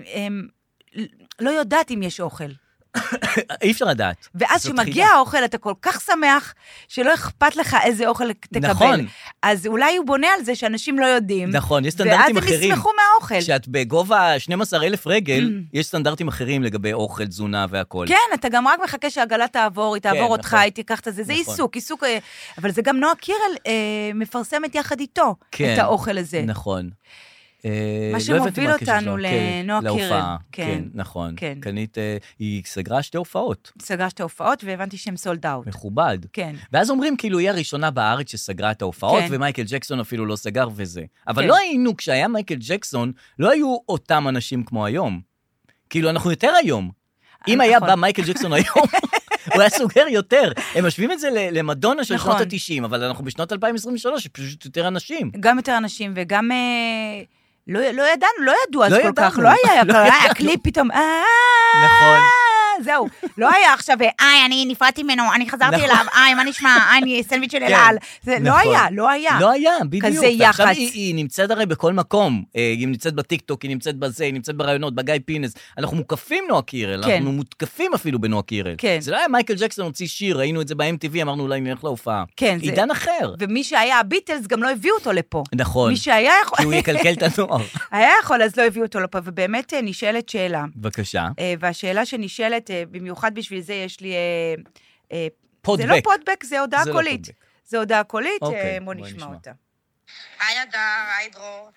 לא יודעת אם יש אוכל. אי אפשר לדעת. ואז שמגיע האוכל, אתה כל כך שמח, שלא אכפת לך איזה אוכל תקבל. נכון. אז אולי הוא בונה על זה שאנשים לא יודעים. נכון, יש סטנדרטים אחרים. ואז הם ישמחו מהאוכל. כשאת בגובה 12,000 רגל, יש סטנדרטים אחרים לגבי אוכל, תזונה והכל. כן, אתה גם רק מחכה שהעגלה תעבור, היא תעבור אותך, היא תיקח את זה. זה עיסוק, אבל זה גם נועה קירל מפרסמת יחד איתו את האוכל הזה. נכון. מה שמוביל אותנו לנועה קירל. כן, נכון. קנית, היא סגרה 2 הופעות. סגרה 2 הופעות, והבנתי שהם סולד אאוט. מכובד. כן. ואז אומרים, כאילו, היא הראשונה בארץ שסגרה את ההופעות, ומייקל ג'קסון אפילו לא סגר וזה. אבל לא היינו, כשהיה מייקל ג'קסון, לא היו אותם אנשים כמו היום. כאילו, אנחנו יותר היום. אם היה בא מייקל ג'קסון היום, הוא היה סוגר יותר. הם משווים את זה למדונה של שנות ה-90, אבל אנחנו בשנות 2023, פשוט יותר אנשים. גם יותר אנשים, וגם... לא ידענו, לא ידעו אז כל כך, לא היה קליפ פתאום, נכון. זהו, לא היה עכשיו, אני נפרדתי ממנו, אני חזרתי אליו, מה נשמע, אני סנדוויץ' של אל על, לא היה. לא היה, בדיוק. כזה יחץ. עכשיו היא נמצאת הרי בכל מקום, היא נמצאת בטיקטוק, היא נמצאת בזה, היא נמצאת ברעיונות, בגיא פינס, אנחנו מוקפים נועה קירל, אנחנו מותקפים אפילו בנועה קירל. זה לא היה מייקל ג'קסון הוציא שיר, ראינו את זה ב-MTV, אמרנו אולי נלך להופעה. עידן אחר. ומי שהיה הביטלס גם לא הביאו אותו לפה. נכון. מי שהיה יכול... כי הוא יקלקל את הנוער. היה יכול, אז לא הביאו אותו לפה, ובאמת נשאלת שאלה. בבקשה. והשאלה שנשאלת, במיוחד בשביל זה יש לי... פודבק. זה לא פודבק, זה הודעה קולית. זה הודעה קולית, בוא נשמע אותה. היי אדר, היי דרור. היי.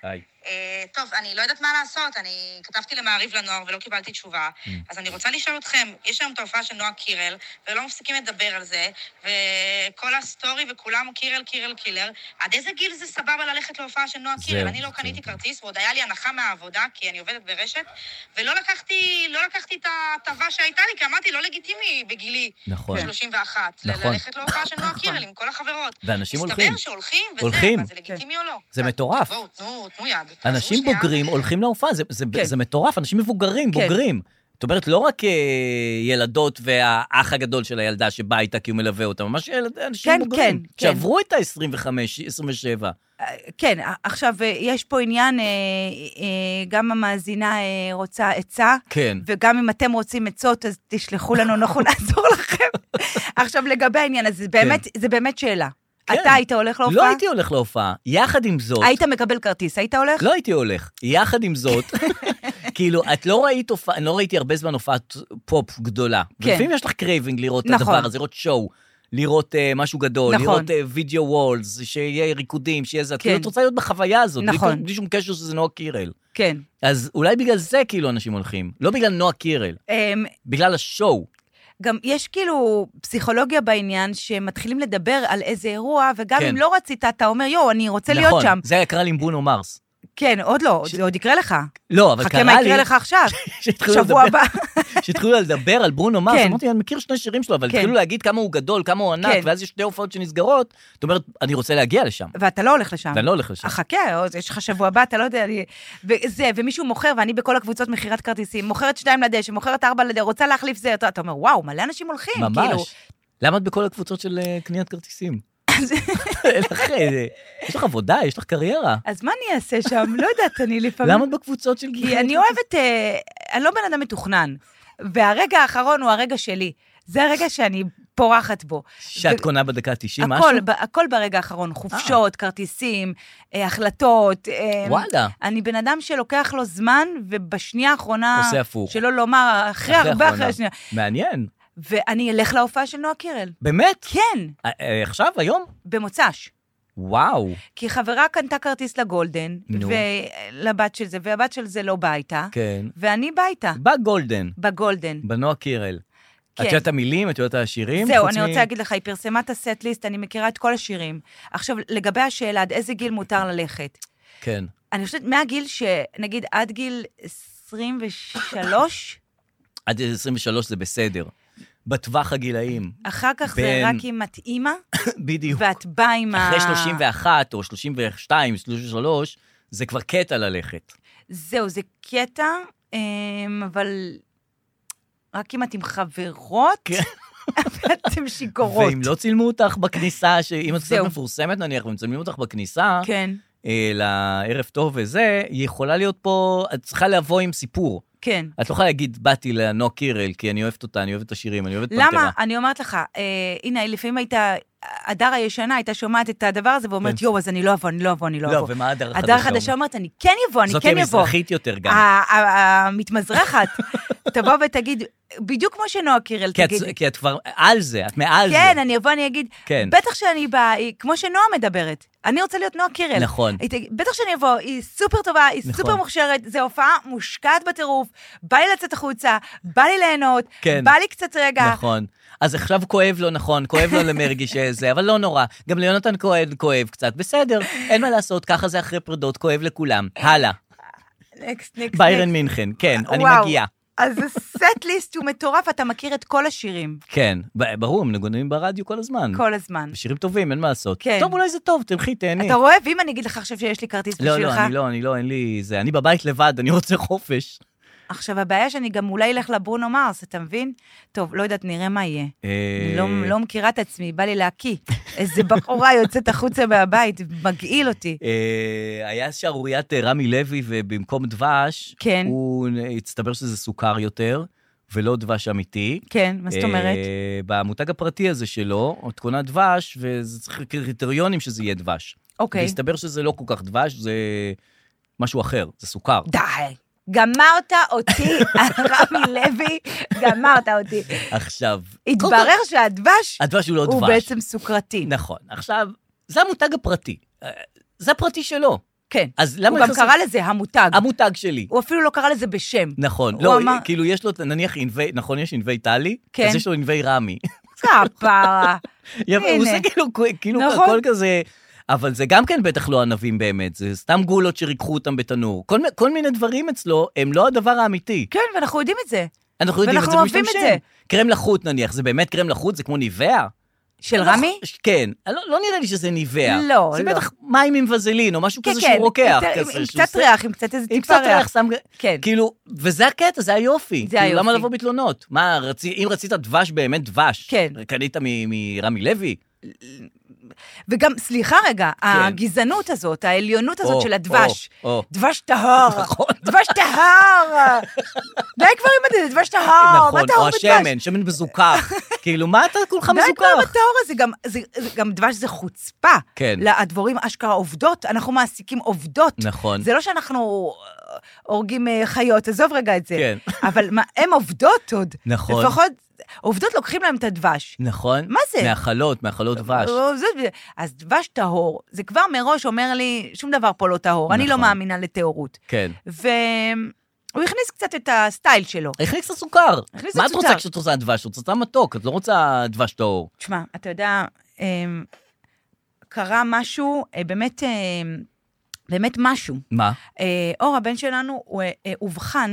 טוב, אני לא יודעת מה לעשות, אני כתבתי למעריב לנוער ולא קיבלתי תשובה, אז אני רוצה לשאול אתכם, יש היום תופעה של נועה קירל, ולא מפסיקים לדבר על זה, וכל הסטורי וכולם קירל, קירל, קילר, עד איזה גיל זה סבבה ללכת להופעה של נועה קירל? אני לא קניתי כרטיס, ועוד היה לי הנחה מהעבודה, כי אני עובדת ברשת, ולא לקחתי את ההטבה שהייתה לי, כי אמרתי, לא לגיטימי בגילי, 31, ללכת להופעה של נועה קירל עם כל החברות. ואנשים הולכים. מסתבר שהולכים, וזה לגיטימי או לא? זה מטורף. בואו, תנו יד. אנשים בוגרים הולכים להופעה, זה מטורף, אנשים מבוגרים, בוגרים. זאת אומרת, לא רק ילדות והאח הגדול של הילדה שבא איתה כי הוא מלווה אותה, ממש אנשים בוגרים, שעברו את ה-25, 27. כן, עכשיו, יש פה עניין, גם המאזינה רוצה עצה, וגם אם אתם רוצים עצות, אז תשלחו לנו, אנחנו נעזור לכם. עכשיו, לגבי העניין הזה, זה באמת שאלה. אתה היית הולך להופעה? לא הייתי הולך להופעה. יחד עם זאת... היית מקבל כרטיס, היית הולך? לא הייתי הולך. יחד עם זאת, כאילו, את לא ראית הופעה, אני לא ראיתי הרבה זמן הופעת פופ גדולה. ולפעמים יש לך קרייבינג לראות את הדבר הזה, לראות שואו, לראות משהו גדול, לראות וידאו וולס, שיהיה ריקודים, שיהיה זה. את רוצה להיות בחוויה הזאת, בלי שום קשר שזה נועה קירל. כן. אז אולי בגלל זה כאילו אנשים הולכים. לא בגלל נועה קירל. בגלל השואו. גם יש כאילו פסיכולוגיה בעניין שמתחילים לדבר על איזה אירוע, וגם אם לא רצית, אתה אומר, אני רוצה להיות שם. נכון, זה יקרה לי עם ברונו מרס. כן, עוד לא, זה עוד יקרה לך. לא, אבל קרה לי... חכה מה יקרה לך עכשיו, שבוע הבא. שהתחילו לדבר על ברונו מרס, אמרתי, אני מכיר שני שירים שלו, אבל התחילו להגיד כמה הוא גדול, כמה הוא ענק, ואז יש שתי הופעות שנסגרות, זאת אומרת, אני רוצה להגיע לשם. ואתה לא הולך לשם. ואני לא הולך לשם. חכה, יש לך שבוע הבא, אתה לא יודע, ומישהו מוכר, ואני בכל הקבוצות מכירת כרטיסים, מוכרת 2 לדשא, מוכרת 4 לדשא, רוצה להחליף זה, אתה אומר, וואו, מלא אנשים הולכים, כאילו. ממש. למה את בכל הקבוצות של קניית כרטיסים? יש לך עבודה, יש לך קריירה. אז מה אני אעשה שם? לא יודעת, אני לפעמים... למה את בקבוצות של... כי אני אוהבת... אני לא בן אדם מתוכנן, והרגע האחרון הוא הרגע שלי. זה הרגע שאני פורחת בו. שאת קונה בדקה 90 משהו? הכל ברגע האחרון, חופשות, כרטיסים, החלטות. וואלה. אני בן אדם שלוקח לו זמן, ובשנייה האחרונה... עושה הפוך. שלא לומר, הרבה אחרי השנייה. מעניין. ואני אלך להופעה של נועה קירל. באמת? כן. עכשיו, היום? במוצ"ש. וואו. כי חברה קנתה כרטיס לגולדן, ולבת של זה, והבת של זה לא באה איתה. כן. ואני באה איתה. בגולדן. בגולדן. בנועה קירל. את יודעת המילים, את יודעת השירים? זהו, אני רוצה להגיד לך, היא פרסמה את הסט ליסט, אני מכירה את כל השירים. עכשיו, לגבי השאלה, עד איזה גיל מותר ללכת? כן. אני חושבת, מהגיל שנגיד עד גיל 23? עד 23 זה בסדר. בטווח הגילאים. אחר כך זה רק אם את אימא, בדיוק. ואת באה עם אחרי 31 או 32, 33, זה כבר קטע ללכת. זהו, זה קטע, אבל רק אם את עם חברות, ואתם שיקורות. ואם לא צילמו אותך בכניסה, אם את קצת מפורסמת נניח, ואם צילמו אותך בכניסה, לערב טוב וזה, היא יכולה להיות פה, את צריכה לבוא עם סיפור. כן. את לא יכולה להגיד, באתי לנועה קירל, כי אני אוהבת אותה, אני אוהבת את השירים, אני אוהבת פנתרה. למה? אני אומרת לך, הנה, לפעמים הייתה, הדר הישנה הייתה שומעת את הדבר הזה, ואומרת, יו, אז אני לא אבוא. לא, ומה הדר החדשה? הדר החדשה אומרת, אני כן אבוא. זאת המזרחית יותר גם. המתמזרחת, תבוא ותגיד, בדיוק כמו שנועה קירל תגיד. כי את כבר על זה, את מעל זה. כן, אני אבוא, אני אגיד, בטח שאני באה, כמו שנועה מדברת. אני רוצה להיות נועה קירל. נכון. בטח שאני אבוא, היא סופר טובה, היא סופר מוכשרת, זו הופעה מושקעת בטירוף, בא לי לצאת החוצה, בא לי ליהנות, בא לי קצת רגע. נכון. אז עכשיו כואב לו, נכון, כואב לו למרגי שזה, אבל לא נורא. גם ליונתן כואב קצת, בסדר, אין מה לעשות, ככה זה אחרי פרדות, כואב לכולם. הלאה. ביירן מינכן, כן, אני מגיעה. אז הסט ליסט הוא מטורף, אתה מכיר את כל השירים. כן, ברור, הם נגונים ברדיו כל הזמן. כל הזמן. שירים טובים, אין מה לעשות. טוב, אולי זה טוב, תלכי, תהני. אתה רואה, ואם אני אגיד לך עכשיו שיש לי כרטיס בשבילך? לא, אין לי זה. אני בבית לבד, אני רוצה חופש. עכשיו, הבעיה שאני גם אולי אלך לברונו מרס, אתה מבין? טוב, לא יודעת, נראה מה יהיה. אני לא מכירה את עצמי, בא לי להקיא. איזה בחורה יוצאת החוצה מהבית, מגעיל אותי. היה שערוריית רמי לוי, ובמקום דבש, הוא הצטבר שזה סוכר יותר, ולא דבש אמיתי. כן, מה זאת אומרת? במותג הפרטי הזה שלו, את קונה דבש, וזה צריך קריטריונים שזה יהיה דבש. אוקיי. והסתבר שזה לא כל כך דבש, זה משהו אחר, זה סוכר. די. גמרת אותי, רמי לוי, גמרת אותי. עכשיו... התברר שהדבש... הדבש הוא לא דבש. הוא בעצם סוכרתי. נכון. עכשיו, זה המותג הפרטי. זה הפרטי שלו. כן. אז למה הוא גם קרא לזה המותג. המותג שלי. הוא אפילו לא קרא לזה בשם. נכון. לא, כאילו יש לו, נניח ענבי, נכון, יש ענבי טלי? כן. אז יש לו ענבי רמי. כפרה. הוא עושה כאילו הכל כזה, אבל זה גם כן בטח לא ענבים באמת, זה סתם גולות שריקחו אותם בתנור. כל מיני דברים אצלו הם לא הדבר האמיתי. כן, ואנחנו יודעים את זה. אנחנו יודעים את זה, ואנחנו אוהבים את זה. קרם לחוט נניח, זה באמת קרם לחוט, זה כמו ניבאה? של רמי? כן, לא נראה לי שזה ניבאה. לא, זה בטח מים עם וזלין, או משהו כזה שהוא רוקח. עם קצת ריח, עם קצת איזה טיפה ריח. כאילו, וזה הקטע, זה היופי. למה לבוא בתלונות? מה, אם רצית דבש, באמת דבש, קנית מרמי לוי? וגם, סליחה רגע, הגזענות הזאת, העליונות הזאת של הדבש, דבש טהר, דבש טהר, די כבר עם זה, דבש טהר, מה טהור בדבש? או השמן, שמן מזוכח, כאילו, מה אתה כולך מזוכח? די כבר עם הטהור הזה, גם דבש זה חוצפה, הדבורים אשכרה עובדות, אנחנו מעסיקים עובדות, נכון. זה לא שאנחנו הורגים חיות, עזוב רגע את זה, אבל הם עובדות עוד, נכון. לפחות, עובדות לוקחים להם את הדבש. נכון. מה זה? מאכלות דבש. אז דבש טהור, זה כבר מראש אומר לי, שום דבר פה לא טהור, אני לא מאמינה לטהורות. כן. והוא הכניס קצת את הסטייל שלו. הכניס את הסוכר. מה את רוצה כשאת רוצה דבש? את רוצה מתוק, את לא רוצה דבש טהור. תשמע, אתה יודע, קרה משהו, באמת משהו. מה? אור, הבן שלנו, הוא אובחן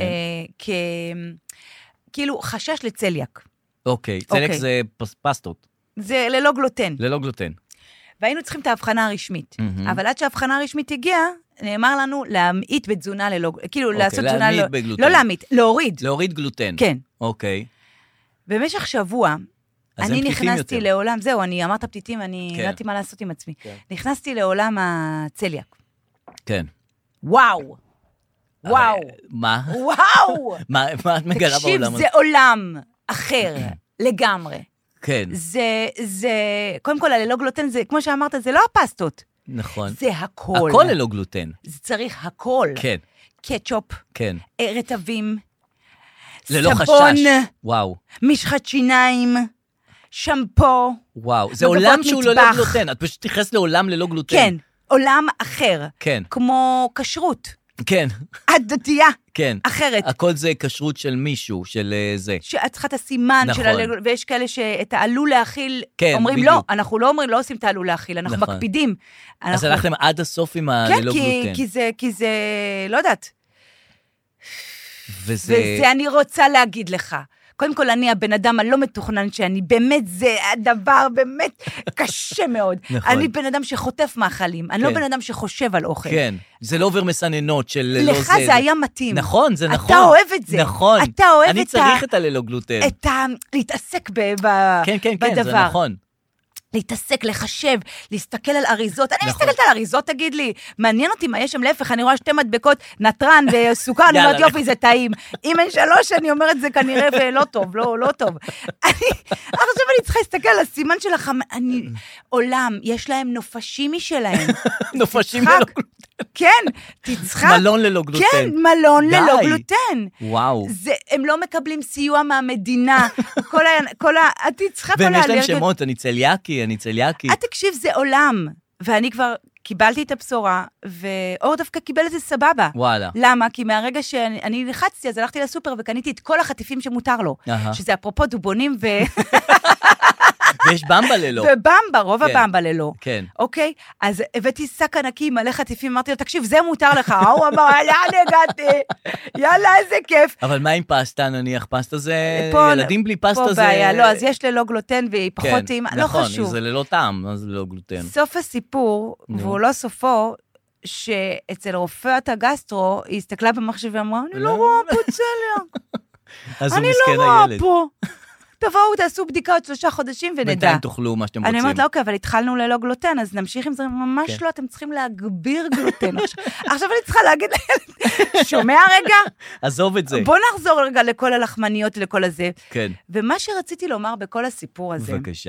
כאילו חשש לצליאק. אוקיי, צליאק זה פסטות. זה ללא גלוטן. ללא גלוטן. והיינו צריכים את ההבחנה הרשמית. אבל עד שההבחנה הרשמית הגיעה, נאמר לנו להמעיט בתזונה ללא, כאילו לעשות תזונה להמעיט בגלוטן. לא להמעיט, להוריד. להוריד גלוטן. כן. אוקיי. במשך שבוע, אני נכנסתי לעולם, זהו, אני אמרת פתיתים, אני לא יודעת מה לעשות עם עצמי. נכנסתי לעולם הצליאק. כן. וואו. וואו. מה? וואו. מה את מגלה בעולם הזה? תקשיב, זה עולם אחר, לגמרי. כן. זה, קודם כל, הללא גלוטן, זה, כמו שאמרת, זה לא הפסטות. נכון. זה הכל. הכל ללא גלוטן. זה צריך הכל. כן. קטשופ. כן. רטבים. ללא סבון. חשש. וואו. משחת שיניים. שמפו. וואו. זה עולם שהוא ללא גלוטן. את פשוט תיכנס לעולם ללא גלוטן. כן. עולם אחר. כן. כמו כשרות. כן. הדתייה. כן. אחרת. הכל זה כשרות של מישהו, של זה. שאת צריכה את הסימן נכון. ויש כאלה שאת העלול להכיל, כן, אומרים בדיוק. לא, אנחנו לא אומרים, לא עושים את העלול להכיל, אנחנו נכון. מקפידים. אז הלכתם עד הסוף עם הללא גלוטן. כן, כי זה, לא יודעת. וזה אני רוצה להגיד לך. קודם כל, אני הבן אדם הלא מתוכנן שאני, באמת זה הדבר באמת קשה מאוד. נכון. אני בן אדם שחוטף מאכלים, אני לא בן אדם שחושב על אוכל. כן, זה לא עובר מסננות של לא זה. לך זה היה מתאים. נכון, זה נכון. אתה אוהב את זה. נכון. אתה אוהב אני צריך את הללא גלוטן. להתעסק כן, זה נכון. להתעסק, לחשב, להסתכל על אריזות. אני מסתכלת על אריזות, תגיד לי, מעניין אותי מה יש שם, להפך, אני רואה 2 מדבקות, נטרן וסוכר, אני אומרת, יופי, זה טעים. אם אין 3, אני אומרת, זה כנראה ולא טוב, לא טוב. עכשיו אני צריכה להסתכל על הסימן של עולם, יש להם נופשים משלהם. נופשים ללא גלוטן. כן, תצחק. מלון ללא גלוטן. כן, מלון ללא גלוטן. וואו. הם לא מקבלים סיוע מהמדינה. תצחק עולה. והם יש להם שמות, אני צליאקי. תקשיב, זה עולם. ואני כבר קיבלתי את הבשורה, ואור דווקא קיבל את זה סבבה. וואלה. למה? כי מהרגע שאני לחצתי, אז הלכתי לסופר וקניתי את כל החטיפים שמותר לו. שזה אפרופו דובונים ויש במבה ללא. ובמבה, רוב הבמבה ללא. כן. אוקיי? אז הבאתי שק ענקי מלא חטיפים, אמרתי לו, תקשיב, זה מותר לך. הוא אמר, יאללה, הגעתי. יאללה, איזה כיף. אבל מה עם פסטה, נניח? פסטה זה... ילדים בלי פסטה זה... פה בעיה, לא, אז יש ללא גלוטן והיא פחות טעים, לא חשוב. נכון, זה ללא טעם, אז ללא גלוטן. סוף הסיפור, והוא לא סופו, שאצל רופאת הגסטרו, היא הסתכלה במחשב ואמרה, אני לא רואה פה צליאק. אני לא רואה פה. תבואו, תעשו בדיקה עוד 3 חודשים ונדע. בינתיים תאכלו מה שאתם רוצים. אני אומרת לה, אוקיי, אבל התחלנו ללא גלוטן, אז נמשיך עם זה, ממש לא, אתם צריכים להגביר גלוטן. עכשיו אני צריכה להגיד לילד, שומע רגע? עזוב את זה. בוא נחזור רגע לכל הלחמניות, לכל הזה. כן. ומה שרציתי לומר בכל הסיפור הזה, בבקשה.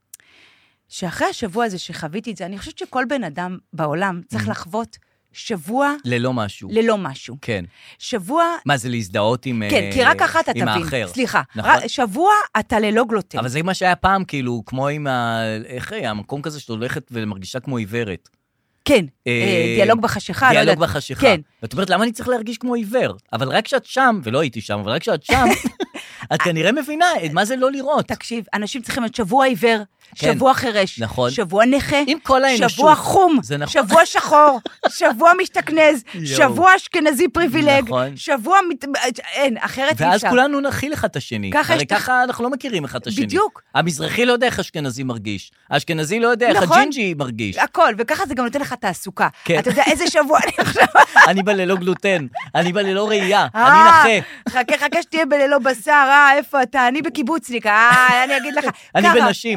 שאחרי השבוע הזה שחוויתי את זה, אני חושבת שכל בן אדם בעולם צריך לחוות שבוע... ללא משהו. ללא משהו. כן. שבוע... מה, זה להזדהות עם כן, כי רק אחת אתה תבין. סליחה. נכון? שבוע אתה ללא גלוטן. אבל זה מה שהיה פעם, כאילו, כמו עם המקום כזה שאת הולכת ומרגישה כמו עיוורת. כן, דיאלוג בחשיכה. דיאלוג בחשיכה. ואת אומרת, למה אני צריך להרגיש כמו עיוור? אבל רק כשאת שם, ולא הייתי שם, אבל רק כשאת שם, את כנראה מבינה מה זה לא לראות. תקשיב, אנשים צריכים להיות שבוע עיוור, שבוע חירש, שבוע נכה, שבוע חום, שבוע שחור, שבוע משתכנז, שבוע אשכנזי פריבילג, שבוע... אין, אחרת אי אפשר. ואז כולנו נכיל לך את השני. הרי ככה אנחנו לא מכירים אחד את השני. בדיוק. המזרחי לא יודע איך אשכנזי מרגיש. האשכנזי לא יודע איך הג'ינג'י מרגיש. הכל, וככה זה גם נותן לך תעסוקה. אתה יודע איזה שבוע אני עכשיו... אני בא ללא גלוטן, אני בא ללא ראייה, אני נכה. חכה שתהיה בללא בשר, איפה אתה? אני בקיבוצניק, אני אגיד לך. אני בנשים.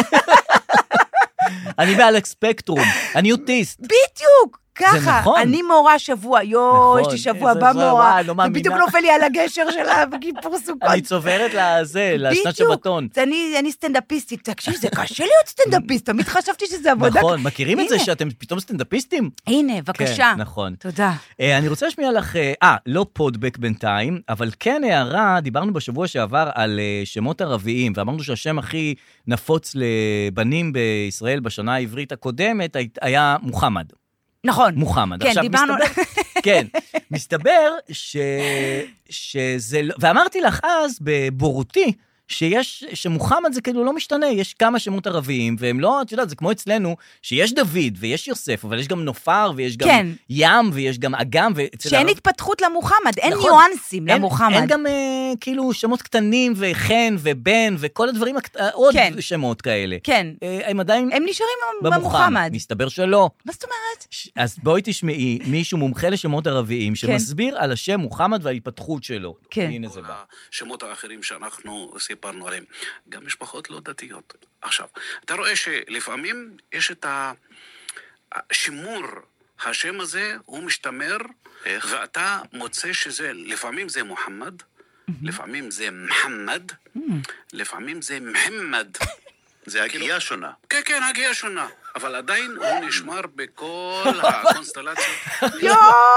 אני בעל ספקטרום, אני אוטיסט. בדיוק, ככה. זה נכון. אני מורה שבוע, יש לי שבוע במורה, ובדיוק נופל לי על הגשר שלה בכיפור סוכות. אני צוברת לשנת שבתון. אני סטנדאפיסטית, תקשיב, זה קשה להיות סטנדאפיסט, תמיד חשבתי שזה עבודה. נכון, מכירים את זה שאתם פתאום סטנדאפיסטים? הנה, בבקשה. כן, נכון. תודה. אני רוצה לשמיע לך, לא פודבק בינתיים, אבל כן הערה, דיברנו בשבוע שעבר על שמות ערביים, ואמרנו שהשם הכי נפוץ לבנים בישראל בשנה העברית הקודמת היה מוחמד. נכון. מוחמד. כן, דיברנו... כן, מסתבר שזה... ואמרתי לך אז, בבורותי, שמוחמד זה כאילו לא משתנה, יש כמה שמות ערביים, והם לא, את יודעת, זה כמו אצלנו, שיש דוד ויש יוסף, אבל יש גם נופר, ויש גם ים, ויש גם אגם, שאין התפתחות למוחמד, אין ניואנסים למוחמד. אין גם כאילו שמות קטנים, וחן ובן, וכל הדברים, עוד שמות כאלה. כן. הם עדיין... הם נשארים במוחמד. מסתבר שלא. מה זאת אומרת? אז בואי תשמעי, מישהו מומחה לשמות ערביים, שמסביר על השם מוחמד וההתפתחות שלו. כן. הנה זה בא. השמות האחרים שאנחנו סיפרנו עליהם, גם משפחות לא דתיות. עכשיו, אתה רואה שלפעמים יש את השימור, השם הזה הוא משתמר, ואתה מוצא שזה, לפעמים זה מוחמד, לפעמים זה מחמד, לפעמים זה מחמד. זה הגייה שונה. כן, כן, הגייה שונה. אבל עדיין הוא נשמר בכל הקונסטלציות. יואו!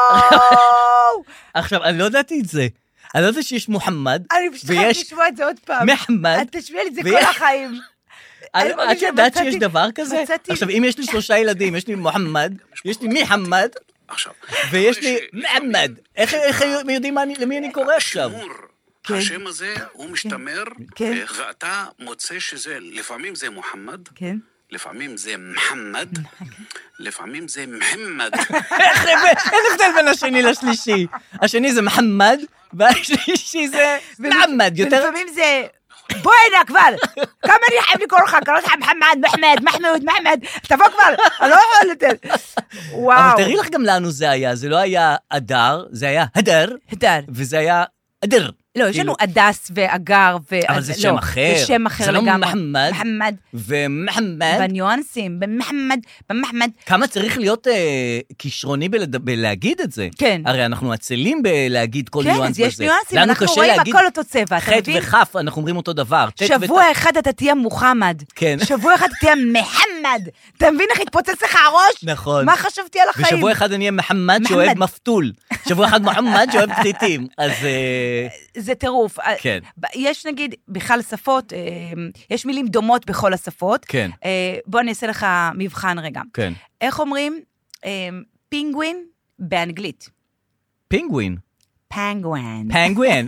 עכשיו, אני לא ידעתי את זה. אני לא יודע שיש מוחמד, אני פשוט חייבת לשמוע את זה עוד פעם. מחמד. את תשמיע לי את זה כל החיים. את יודעת שיש דבר כזה? עכשיו, אם יש לי 3 ילדים, יש לי מוחמד, יש לי מחמד, ויש לי מחמד. איך הם יודעים למי אני קורא עכשיו? השם הזה הוא משתמר, ואתה מוצא שזה, לפעמים זה מוחמד, לפעמים זה מחמד, לפעמים זה מחמד. אין הבדל בין השני לשלישי. השני זה מחמד, והשלישי זה מחמד. לפעמים זה... בואי הנה כבר, כמה אני חייב לקרוא לך, קרוא לך מחמד, מחמד, תבוא כבר, אני לא יכול לתת. וואו. אבל תראי לך גם לנו זה היה, זה לא היה אדר, זה היה הדר, וזה היה אדר. לא, יש לנו הדס ואגר, אבל זה שם אחר. זה שם אחר לגמרי. זה לא מחמד. ומחמד. בניואנסים, במחמד. כמה צריך להיות כישרוני בלהגיד את זה? כן. הרי אנחנו עצלים בלהגיד כל ניואנס בזה. כן, יש ניואנסים, אנחנו רואים הכל אותו צבע. חטא וחף, אנחנו אומרים אותו דבר. שבוע אחד אתה תהיה מוחמד. כן. שבוע אחד אתה תהיה מחמד. אתה מבין איך התפוצץ לך הראש? נכון. מה חשבתי על החיים? ושבוע אחד אני אהיה מחמד שאוהב מפתול. שבוע אחד מוחמד שאוהב פתיתים. אז... זה טירוף. כן. יש נגיד, בכלל שפות, יש מילים דומות בכל השפות. כן. בוא אני אעשה לך מבחן רגע. כן. איך אומרים פינגווין באנגלית? פינגווין. פנגווין. פנגווין.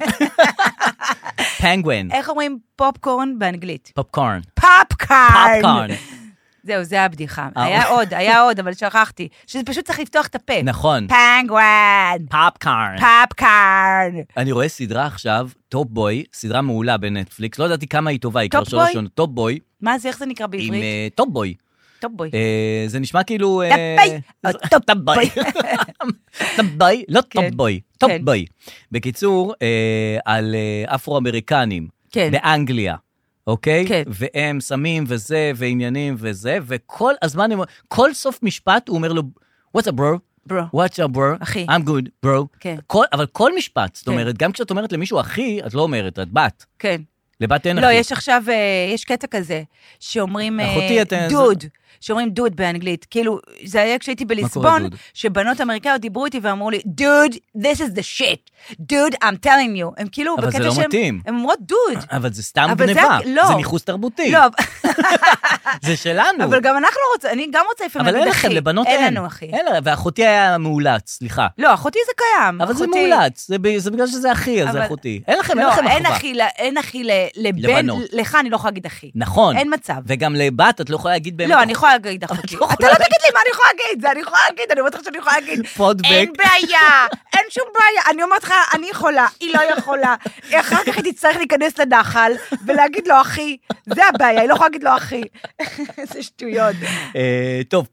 פנגווין. איך אומרים פופקורן באנגלית? פופקורן. פופקורן. זהו, זה הבדיחה. היה עוד, אבל שכחתי. שזה פשוט צריך לפתוח את הפה. נכון. פנגווין. פופקורן. אני רואה סדרה עכשיו, טופ בוי, סדרה מעולה בנטפליקס, לא ידעתי כמה היא טובה, היא כבר 3 שנות. טופ בוי. מה זה, איך זה נקרא בעברית? עם טופ בוי. טופ בוי. זה נשמע כאילו... טופ בוי. טופ בוי, לא טופ בוי. טופ בוי. בקיצור, על אפרו-אמריקנים. באנגליה. אוקיי? כן. והם שמים וזה, ועניינים וזה, וכל הזמן, כל סוף משפט הוא אומר לו, what's up bro? what's up bro? אחי. I'm good bro. כן. אבל כל משפט, זאת אומרת, גם כשאת אומרת למישהו אחי, את לא אומרת, את בת. כן. לבת אין אחי. לא, יש עכשיו, יש קטע כזה, שאומרים, אחותי את... דוד. שאומרים דוד באנגלית, כאילו, זה היה כשהייתי בליסבון, שבנות אמריקאיות דיברו איתי ואמרו לי, דוד, this is the shit, דוד, I'm telling you, הם כאילו, אבל זה לא מתאים. הם אומרות דוד. אבל זה סתם גניבה, זה ניחוס תרבותי. לא. זה שלנו. אבל גם אנחנו רוצים, אני גם רוצה לפעמים להגיד אחי. אבל אין לכם, לבנות אין. אין לנו אחי. ואחותי היה מאולץ, סליחה. לא, אחותי זה קיים. אבל זה מאולץ, זה בגלל שזה אחי, אז זה אחותי. אין לכם אחווה. אין אחי לבן, לך אני לא יכולה להגיד אחי. נכון. אין מצב. וגם לבת את לא יכולה להגיד באמת. לא, אני יכולה להגיד אחותי. אתה לא תגיד לי מה אני יכולה להגיד, זה אני יכולה להגיד, אני אומרת לך שאני יכולה להגיד. אין בעיה, אין שום בעיה. אני אומרת לך, אני יכולה, היא לא יכולה. אחר כך היא תצטרך להיכנס לנחל ולהגיד לו אחי. זה הבעיה, היא לא יכולה להגיד לו אחי. איזה שטויות. טוב,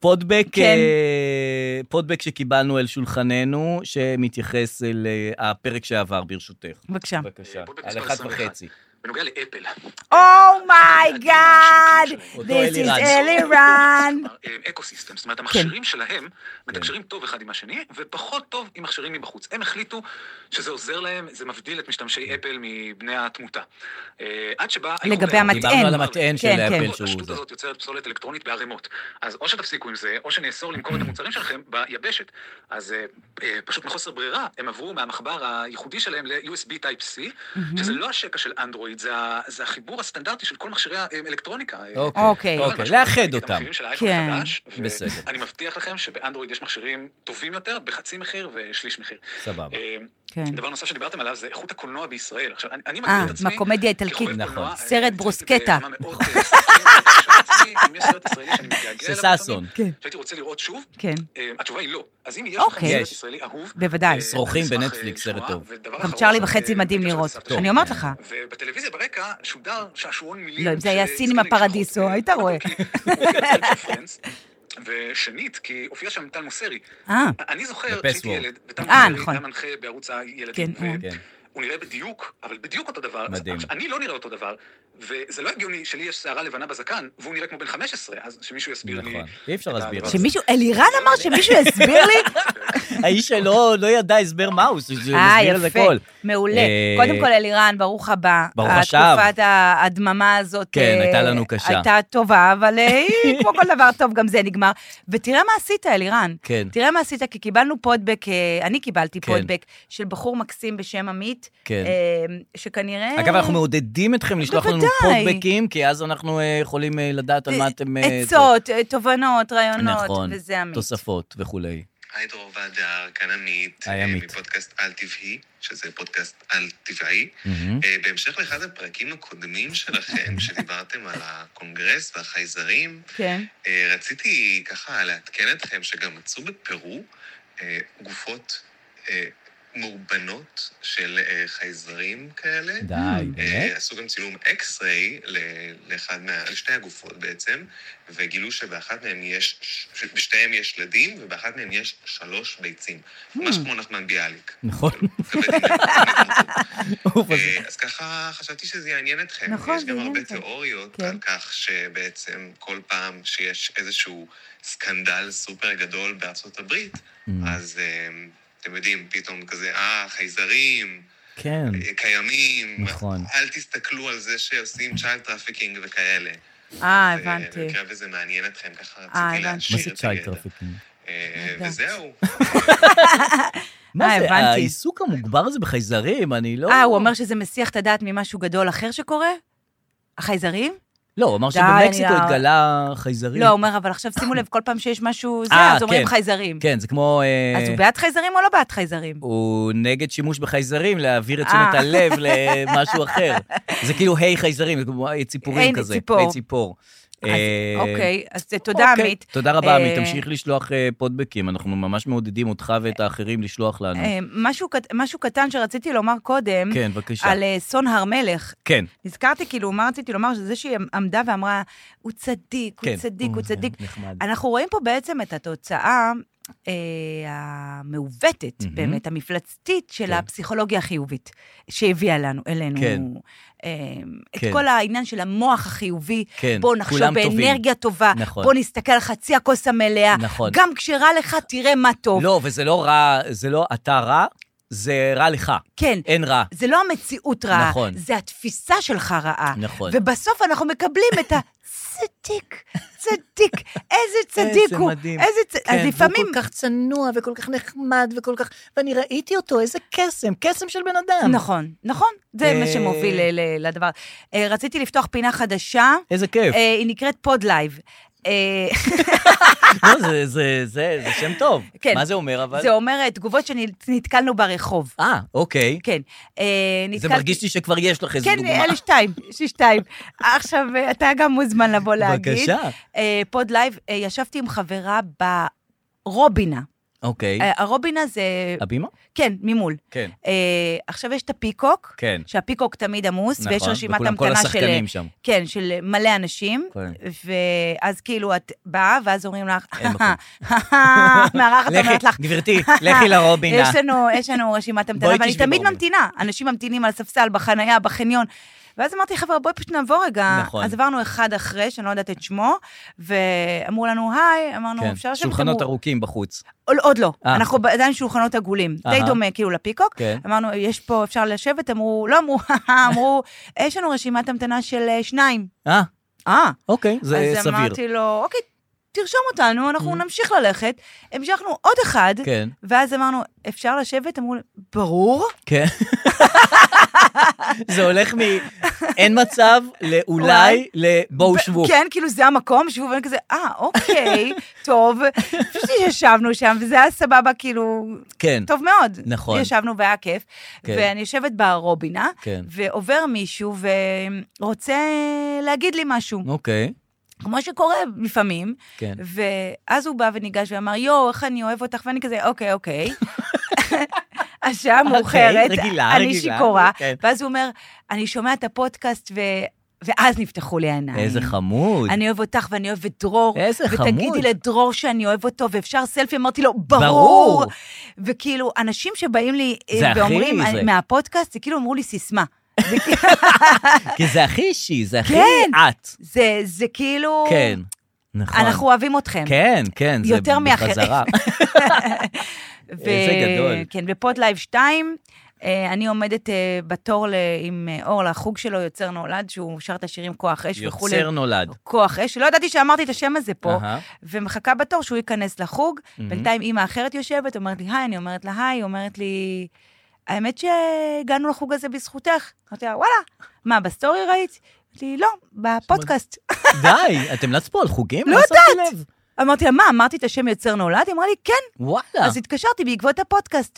פודבק שקיבלנו אל שולחננו, שמתייחס אל הפרק שעבר, ברשותך. בבקשה. על 1.5. בנוגע לאפל. אומייגאד, this is אלירן. אקוסיסטם, זאת אומרת, המכשירים שלהם מתקשרים טוב אחד עם השני, ופחות טוב עם מכשירים מבחוץ. הם החליטו שזה עוזר להם, זה מבדיל את משתמשי אפל מבני התמותה. עד שבה... לגבי המטען. דיברנו על המטען של אפל שהוא... השטות הזאת יוצרת פסולת אלקטרונית בערימות. אז או שתפסיקו עם זה, או שנאסור למכור את המוצרים שלכם ביבשת. אז פשוט מחוסר ברירה, הם עברו מהמחבר הייחודי שלהם ל-USB Type-C, שזה לא השקע של אנדרואיד, זה החיבור הסטנדרטי של כל מכשירי האלקטרוניקה. אוקיי. לאחד אותם. כן. בסדר. אני מבטיח לכם שבאנדרואיד יש מכשירים טובים יותר, בחצי מחיר ושליש מחיר. סבבה. דבר נוסף שדיברתם עליו זה איכות הקולנוע בישראל. עכשיו, אני מכיר את עצמי... מהקומדיה האיטלקית. סרט ברוסקטה. אם יש סרט ישראלי שאני מתגעגע אליו, שהייתי רוצה לראות שוב, התשובה היא לא. אז אם יש לכם סרט ישראלי אהוב... בוודאי. שרוכים בנטפליקס, סרט טוב. גם צ'רלי וחצי מדהים לראות. אני אומרת לך. ובטלוויזיה ברקע שודר שעשועון מילים... לא, אם זה היה סינמה פרדיסו, היית רואה. ושנית, כי הופיע שם טל מוסרי. אני זוכר שהייתי ילד, וטל מוסרי היה מנחה בערוץ הילדים. הוא נראה בדיוק, אבל בדיוק אותו דבר. מדהים. אני לא נראה אותו דבר, וזה לא הגיוני שלי יש שערה לבנה בזקן, והוא נראה כמו בן 15, אז שמישהו יסביר לי... נכון, אי אפשר להסביר. שמישהו, אלירן אמר שמישהו יסביר לי? האיש שלא ידע הסבר מאוס, מסביר את הכל. מעולה. קודם כל, אלירן, ברוך הבא. ברוך השב. התקופת הדממה הזאת... כן, הייתה לנו קשה. הייתה טובה, אבל כמו כל דבר טוב, גם זה נגמר. ותראה מה עשית, אלירן. כן. תראה מה עשית, כי קיבלנו פודבק, אני קיבלתי פודבק של בחור מקסים בשם עמית, שכנראה... אגב, אנחנו מעודדים אתכם לשלוח לנו פודבקים, כי אז אנחנו יכולים לדעת על מה אתם... עצות, תובנות, רעיונות, וזה עמית. תוספות וכולי. היי דרור והדר, כאן עמית, מפודקאסט על טבעי, שזה פודקאסט על טבעי. בהמשך לאחד הפרקים הקודמים שלכם, שדיברתם על הקונגרס והחייזרים, רציתי ככה לעדכן אתכם שגם מצאו בפרו גופות מאורבנות של חייזרים כאלה. די, באמת? עשו גם צילום אקס-ריי לשתי הגופות בעצם, וגילו שבאחת מהם בשתיהם יש שלדים, ובאחת מהם יש 3 ביצים. ממש כמו נחמן ביאליק. נכון. אז ככה חשבתי שזה יעניין אתכם. יש גם הרבה תיאוריות על כך שבעצם כל פעם שיש איזשהו סקנדל סופר גדול בארצות הברית, אז... אתם יודעים, פתאום כזה, חייזרים, קיימים, נכון. אל תסתכלו על זה שעושים child trafficking וכאלה. הבנתי. במקרה וזה מעניין אתכם, ככה רציתי להשאיר את הידע. וזהו. מה זה, העיסוק המוגבר הזה בחייזרים, אני לא... הוא אומר שזה מסיח את הדעת ממשהו גדול אחר שקורה? החייזרים? לא, הוא אמר שבמקסיקו התגלה חייזרים. לא, הוא אומר, אבל עכשיו שימו לב, כל פעם שיש משהו זה, אז אומרים חייזרים. כן, זה כמו... אז הוא בעד חייזרים או לא בעד חייזרים? הוא נגד שימוש בחייזרים, להעביר את תשומת הלב למשהו אחר. זה כאילו, היי חייזרים, כמו ציפורים כזה. היי ציפור. אוקיי, אז תודה עמית. תודה רבה עמית, תמשיך לשלוח פודבקים, אנחנו ממש מעודדים אותך ואת האחרים לשלוח לנו. משהו קטן שרציתי לומר קודם, כן, בבקשה. על סון הר מלך. כן. נזכרתי כאילו, מה רציתי לומר, שזה שהיא עמדה ואמרה, הוא צדיק, הוא צדיק, הוא צדיק. אנחנו רואים פה בעצם את התוצאה המעוותת, באמת, המפלצתית של הפסיכולוגיה החיובית, שהביאה אלינו את כל העניין של המוח החיובי, בוא נחשוב באנרגיה טובה, בוא נסתכל על חצי הכוס המלאה, גם כשרע לך תראה מה טוב. לא, וזה לא רע, זה לא אתה רע, זה רע לך. כן. אין רע. זה לא המציאות רעה. נכון. זה התפיסה שלך רעה. נכון. ובסוף אנחנו מקבלים את צדיק, איזה צדיק הוא. מדהים. אז לפעמים... והוא כל כך צנוע וכל כך נחמד וכל כך... ואני ראיתי אותו, איזה קסם של בן אדם. נכון. זה מה שמוביל לדבר. רציתי לפתוח פינה חדשה. איזה כיף. היא נקראת פוד לייב. זה שם טוב. מה זה אומר אבל? זה אומר תגובות שנתקלנו ברחוב. אוקיי. כן. זה מרגיש לי שכבר יש לך איזו דוגמה. כן, אלה שתיים. עכשיו, אתה גם מוזמן לבוא להגיד. בבקשה. פוד לייב, ישבתי עם חברה ברובינה. אוקיי. הרובינה זה... הבימה? כן, ממול. כן. עכשיו יש את הפיקוק, כן. שהפיקוק תמיד עמוס, נכון, ויש רשימת וכולם, המתנה כל השחקנים שם. כן, של מלא אנשים, כן. ואז כאילו את באה, ואז אומרים לך, אין מקום. מארחת אומרת לך, גברתי, לכי לרובינה. יש לנו רשימת המתנה, ואני תמיד ממתינה, אנשים ממתינים על ספסל, בחנייה, בחניון, ואז אמרתי, חבר'ה, בואי פשוט נעבור רגע. נכון. אז עברנו אחד אחרי, שאני לא יודעת את שמו, ואמרו לנו, היי, אמרנו, אפשר לשבת... שולחנות ארוכים בחוץ. עוד לא, אנחנו עדיין שולחנות עגולים, די דומה כאילו לפיקוק. אמרנו, יש פה, אפשר לשבת, אמרו, אמרו, יש לנו רשימת המתנה של 2. אוקיי, זה סביר. אז אמרתי לו, אוקיי, תרשום אותנו, אנחנו נמשיך ללכת. המשכנו עוד אחד, ואז אמרנו, אפשר לשבת? אמרו, ברור. כן. זה הולך אין מצב, לאולי, לבואו שבו. כן, כאילו זה המקום, שבו, ואני כזה, אוקיי, טוב. פשוט ישבנו שם, וזה היה סבבה, כאילו, טוב מאוד. נכון. ישבנו והיה כיף, ואני יושבת ברובינה, ועובר מישהו, ורוצה להגיד לי משהו. אוקיי. כמו שקורה לפעמים, ואז הוא בא וניגש ואמר, יו, איך אני אוהב אותך, ואני כזה, אוקיי. השעה מאוחרת, אני שיקורה, ואז הוא אומר, אני שומע את הפודקאסט, ואז נפתחו לי העיניים. איזה חמוד. אני אוהב אותך ואני אוהב את דרור. איזה חמוד. ותגידי לדרור שאני אוהב אותו, ואפשר סלפי, אמרתי לו, ברור. וכאילו, אנשים שבאים לי ואומרים מהפודקאסט, זה כאילו אמרו לי סיסמה. כי זה הכי אישי, זה הכי את. זה כאילו... כן, נכון. אנחנו אוהבים אתכם. כן, זה בחזרה. איזה גדול. כן, בפוד לייב 2, אני עומדת בתור עם אור לחוג שלו, יוצר נולד, שהוא שר את השירים כוח אש וכו'. יוצר נולד. כוח אש, לא ידעתי שאמרתי את השם הזה פה, ומחכה בתור שהוא ייכנס לחוג, בינתיים אמא אחרת יושבת, אומרת לי, היי, אני אומרת לה, היי, אומרת לי, האמת שהגענו לחוג הזה בזכותך. אמרתי לה, וואלה, מה, בסטורי ראית? אמרתי לי, לא, בפודקאסט. די, אתם לצפו על חוגים? לא יודעת. אמרתי לה, מה, אמרתי את השם יוצר נולד? היא אמרה לי, כן. וואלה. אז התקשרתי בעקבות הפודקאסט.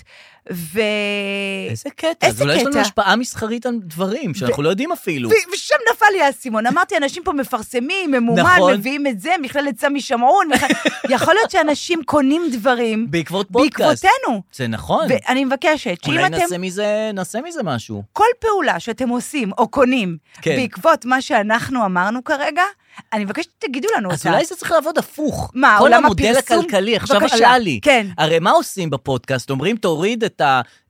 איזה קטע. אז אולי יש לנו השפעה מסחרית על דברים, שאנחנו לא יודעים אפילו. ושם נפל לי האסימון. אמרתי, אנשים פה מפרסמים, ממומן, מביאים את זה, מכללת סמי שמעון. יכול להיות שאנשים קונים דברים. בעקבות פודקאסט. בעקבותינו. זה נכון. ואני מבקשת, שאם אתם... אולי נעשה מזה משהו. כל פעולה שאתם עושים או קונים, בעקבות מה שאנחנו אמרנו כרגע, אני מבקשת שתגידו לנו אותה. אז אולי זה צריך לעבוד הפוך. מה, כל המודל הכלכלי, עכשיו עלה לי. כן. הרי מה עושים בפודקאסט? אומרים, תוריד את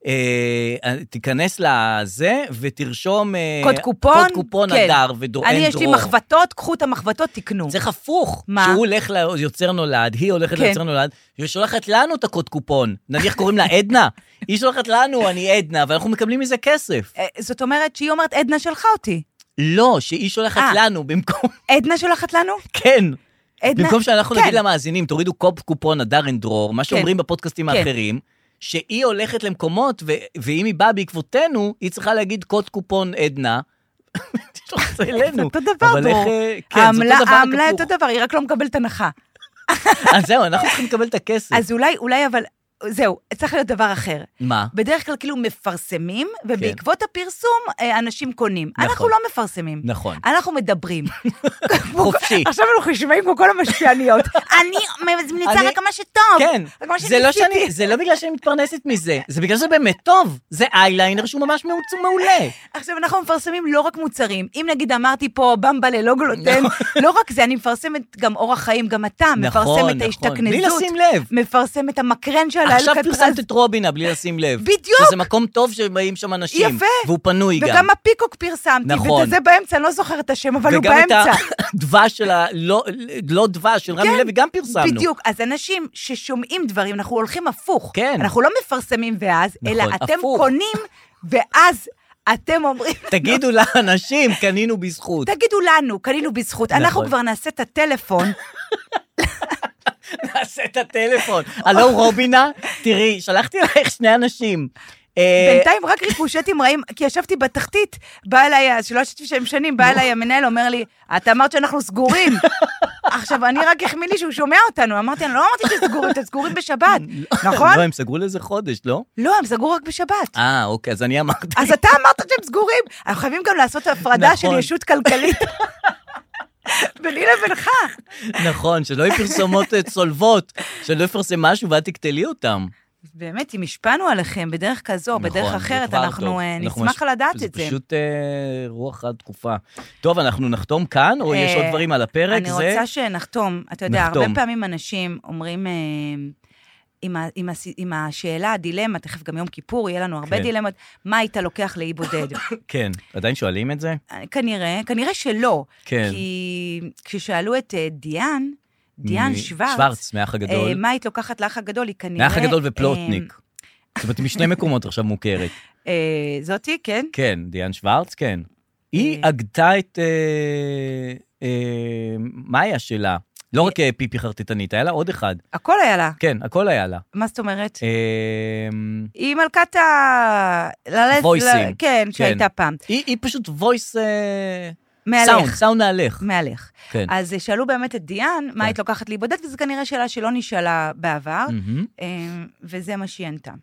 תיכנס לזה, ותרשום... קוד קופון. קוד קופון אדר ודרור. אני יש לי מחבטות, קחו את המחבטות, תקנו. צריך הפוך. שהוא הולך ליוצר נולד, היא הולכת ליוצר נולד, ושולחת לנו את הקוד קופון. נניח קוראים לה עדנה. היא שולחת לנו, אני עדנה, ואנחנו מקבלים מזה כסף. זאת אומרת שהיא אומרת, עדנה שלחה אותי. לא, שהיא שולחת לנו במקום... עדנה שולחת לנו? כן. במקום שאנחנו נגיד למאזינים, תורידו קופון אדר דרור, מה שאומרים בפודקאסטים האחרים, שהיא הולכת למקומות, ואם היא באה בעקבותינו, היא צריכה להגיד קוד קופון עדנה, תשלח את זה אלינו. זה אותו דבר, דרור. העמלה אותו דבר, היא רק לא מקבלת הנחה. אז זהו, אנחנו צריכים לקבל את הכסף. אז אולי אבל... זהו, צריך להיות דבר אחר. מה? בדרך כלל כאילו מפרסמים, ובעקבות הפרסום, אנשים קונים. נכון. אנחנו לא מפרסמים. נכון. אנחנו מדברים. חופשי. עכשיו אנחנו חושבים כמו כל המשפיעניות. אני מניצה רק מה שטוב. כן. זה לא בגלל שאני מתפרנסת מזה, זה בגלל שזה באמת טוב. זה אייליינר שהוא ממש מעולה. עכשיו אנחנו מפרסמים לא רק מוצרים. אם נגיד אמרתי פה במבה ללא גלוטן, לא רק זה, אני מפרסמת גם אורח חיים, גם אתה, מפרסם את ההשתכנזות. בלי לשים לב. מפרסם את המקרן של עכשיו פרסמת את רובינה בלי לשים לב. בדיוק. שזה מקום טוב שבאים שם אנשים. יפה. והוא פנוי גם. וגם הפיקוק פרסמתי. נכון. וזה באמצע, אני לא זוכרת את השם, אבל הוא באמצע. וגם את הדבש של לא דבש, של רמי לוי, גם פרסמנו. בדיוק, אז אנשים ששומעים דברים, אנחנו הולכים הפוך. כן. אנחנו לא מפרסמים ואז, אלא אתם קונים, ואז אתם אומרים... תגידו לאנשים, קנינו בזכות. תגידו לנו, קנינו בזכות. אנחנו כבר נעשה את הטלפון. נעשה את הטלפון. הלו רובינה, תראי, שלחתי לך 2 אנשים. בינתיים רק ריפושטים רעים, כי ישבתי בתחתית, בא אליי, שלא ישבתי שהם שנים, בא אליי המנהל, אומר לי, אתה אמרת שאנחנו סגורים. עכשיו, אני רק החמיא לי שהוא שומע אותנו, אמרתי, אני לא אמרתי שסגורים, אתם סגורים בשבת, נכון? לא, הם סגרו לזה חודש, לא? לא, הם סגרו רק בשבת. אוקיי, אז אני אמרתי. אז אתה אמרת שהם סגורים, אנחנו חייבים גם לעשות הפרדה של ישות כלכלית. ביני לבינך. נכון, שלא יהיו פרסומות צולבות, שלא יפרסם משהו ואת תקטלי אותם. באמת, אם השפענו עליכם בדרך כזו, בדרך אחרת, אנחנו נשמח לדעת את זה. זה פשוט רוח התקופה. טוב, אנחנו נחתום כאן, או יש עוד דברים על הפרק? אני רוצה שנחתום. אתה יודע, הרבה פעמים אנשים אומרים, עם השאלה, הדילמה, תכף גם יום כיפור, יהיה לנו הרבה דילמות, מה היית לוקח לאי בודד? כן, עדיין שואלים את זה? כנראה שלא. כי כששאלו את דיאן שוורץ, מהאח הגדול. מה היית לוקחת לאח הגדול? היא כנראה... מהאח הגדול ופלוטניק. זאת אומרת, משני מקומות עכשיו מוכרת. זאתי, כן? כן, דיאן שוורץ, כן. היא הגתה את... מה היה שלה? לא רק פיפי חרטטנית, היה לה עוד אחד. הכל היה לה. כן, הכל היה לה. מה זאת אומרת? היא מלכת וויסים. כן, שהייתה פעם. היא פשוט וויס... מהלך. סאונד מהלך. מהלך. כן. אז שאלו באמת את דיאן, מה היית לוקחת להיבודד, וזו כנראה שאלה שלא נשאלה בעבר, וזה מה שהיא ענתה.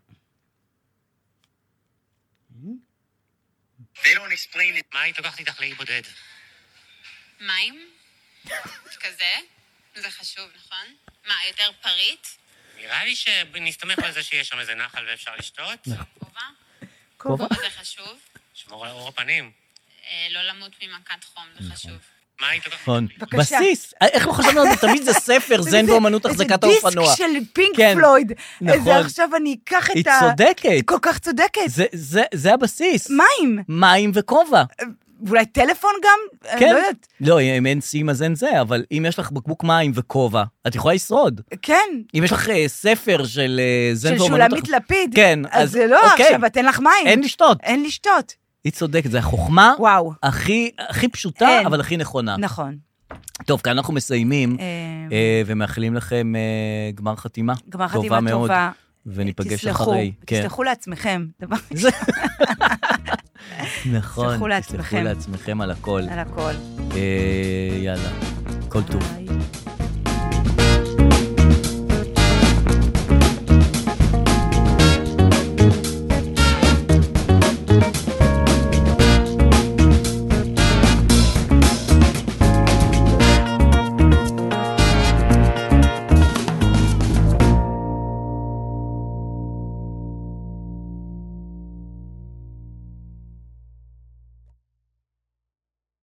מה היית לוקחת איתך להיבודד? מים? כזה? זה חשוב, נכון? מה, יותר פריט? נראה לי שנסתמך על זה שיש שם איזה נחל ואפשר לשתות. כובע? זה חשוב. שמור על אור הפנים. לא למות ממכת חום, זה חשוב. מה היית לוקחת? נכון. בסיס. איך לא חשבנו על זה? תמיד זה ספר, זן באמנות החזקת האופנוע. זה דיסק של פינק פלויד. נכון. עכשיו אני אקח את היא צודקת. כל כך צודקת. זה הבסיס. מים. מים וכובע. אולי טלפון גם? כן. לא, אם אין סים אז אין זה, אבל אם יש לך בקבוק מים וכובע, את יכולה לשרוד. כן. אם יש לך ספר של זן של שולמית לפיד. כן. אז זה לא עכשיו, את אין לך מים. אין לשתות. אין לשתות. היא צודקת, זה החוכמה וואו. הכי פשוטה, אבל הכי נכונה. נכון. טוב, כאן אנחנו מסיימים, ומאחלים לכם גמר חתימה. גמר חתימה טובה. וניפגש אחרי. תסלחו לעצמכם. נכון, תסלחו לעצמכם על הכל. על הכל. יאללה, כל טוב.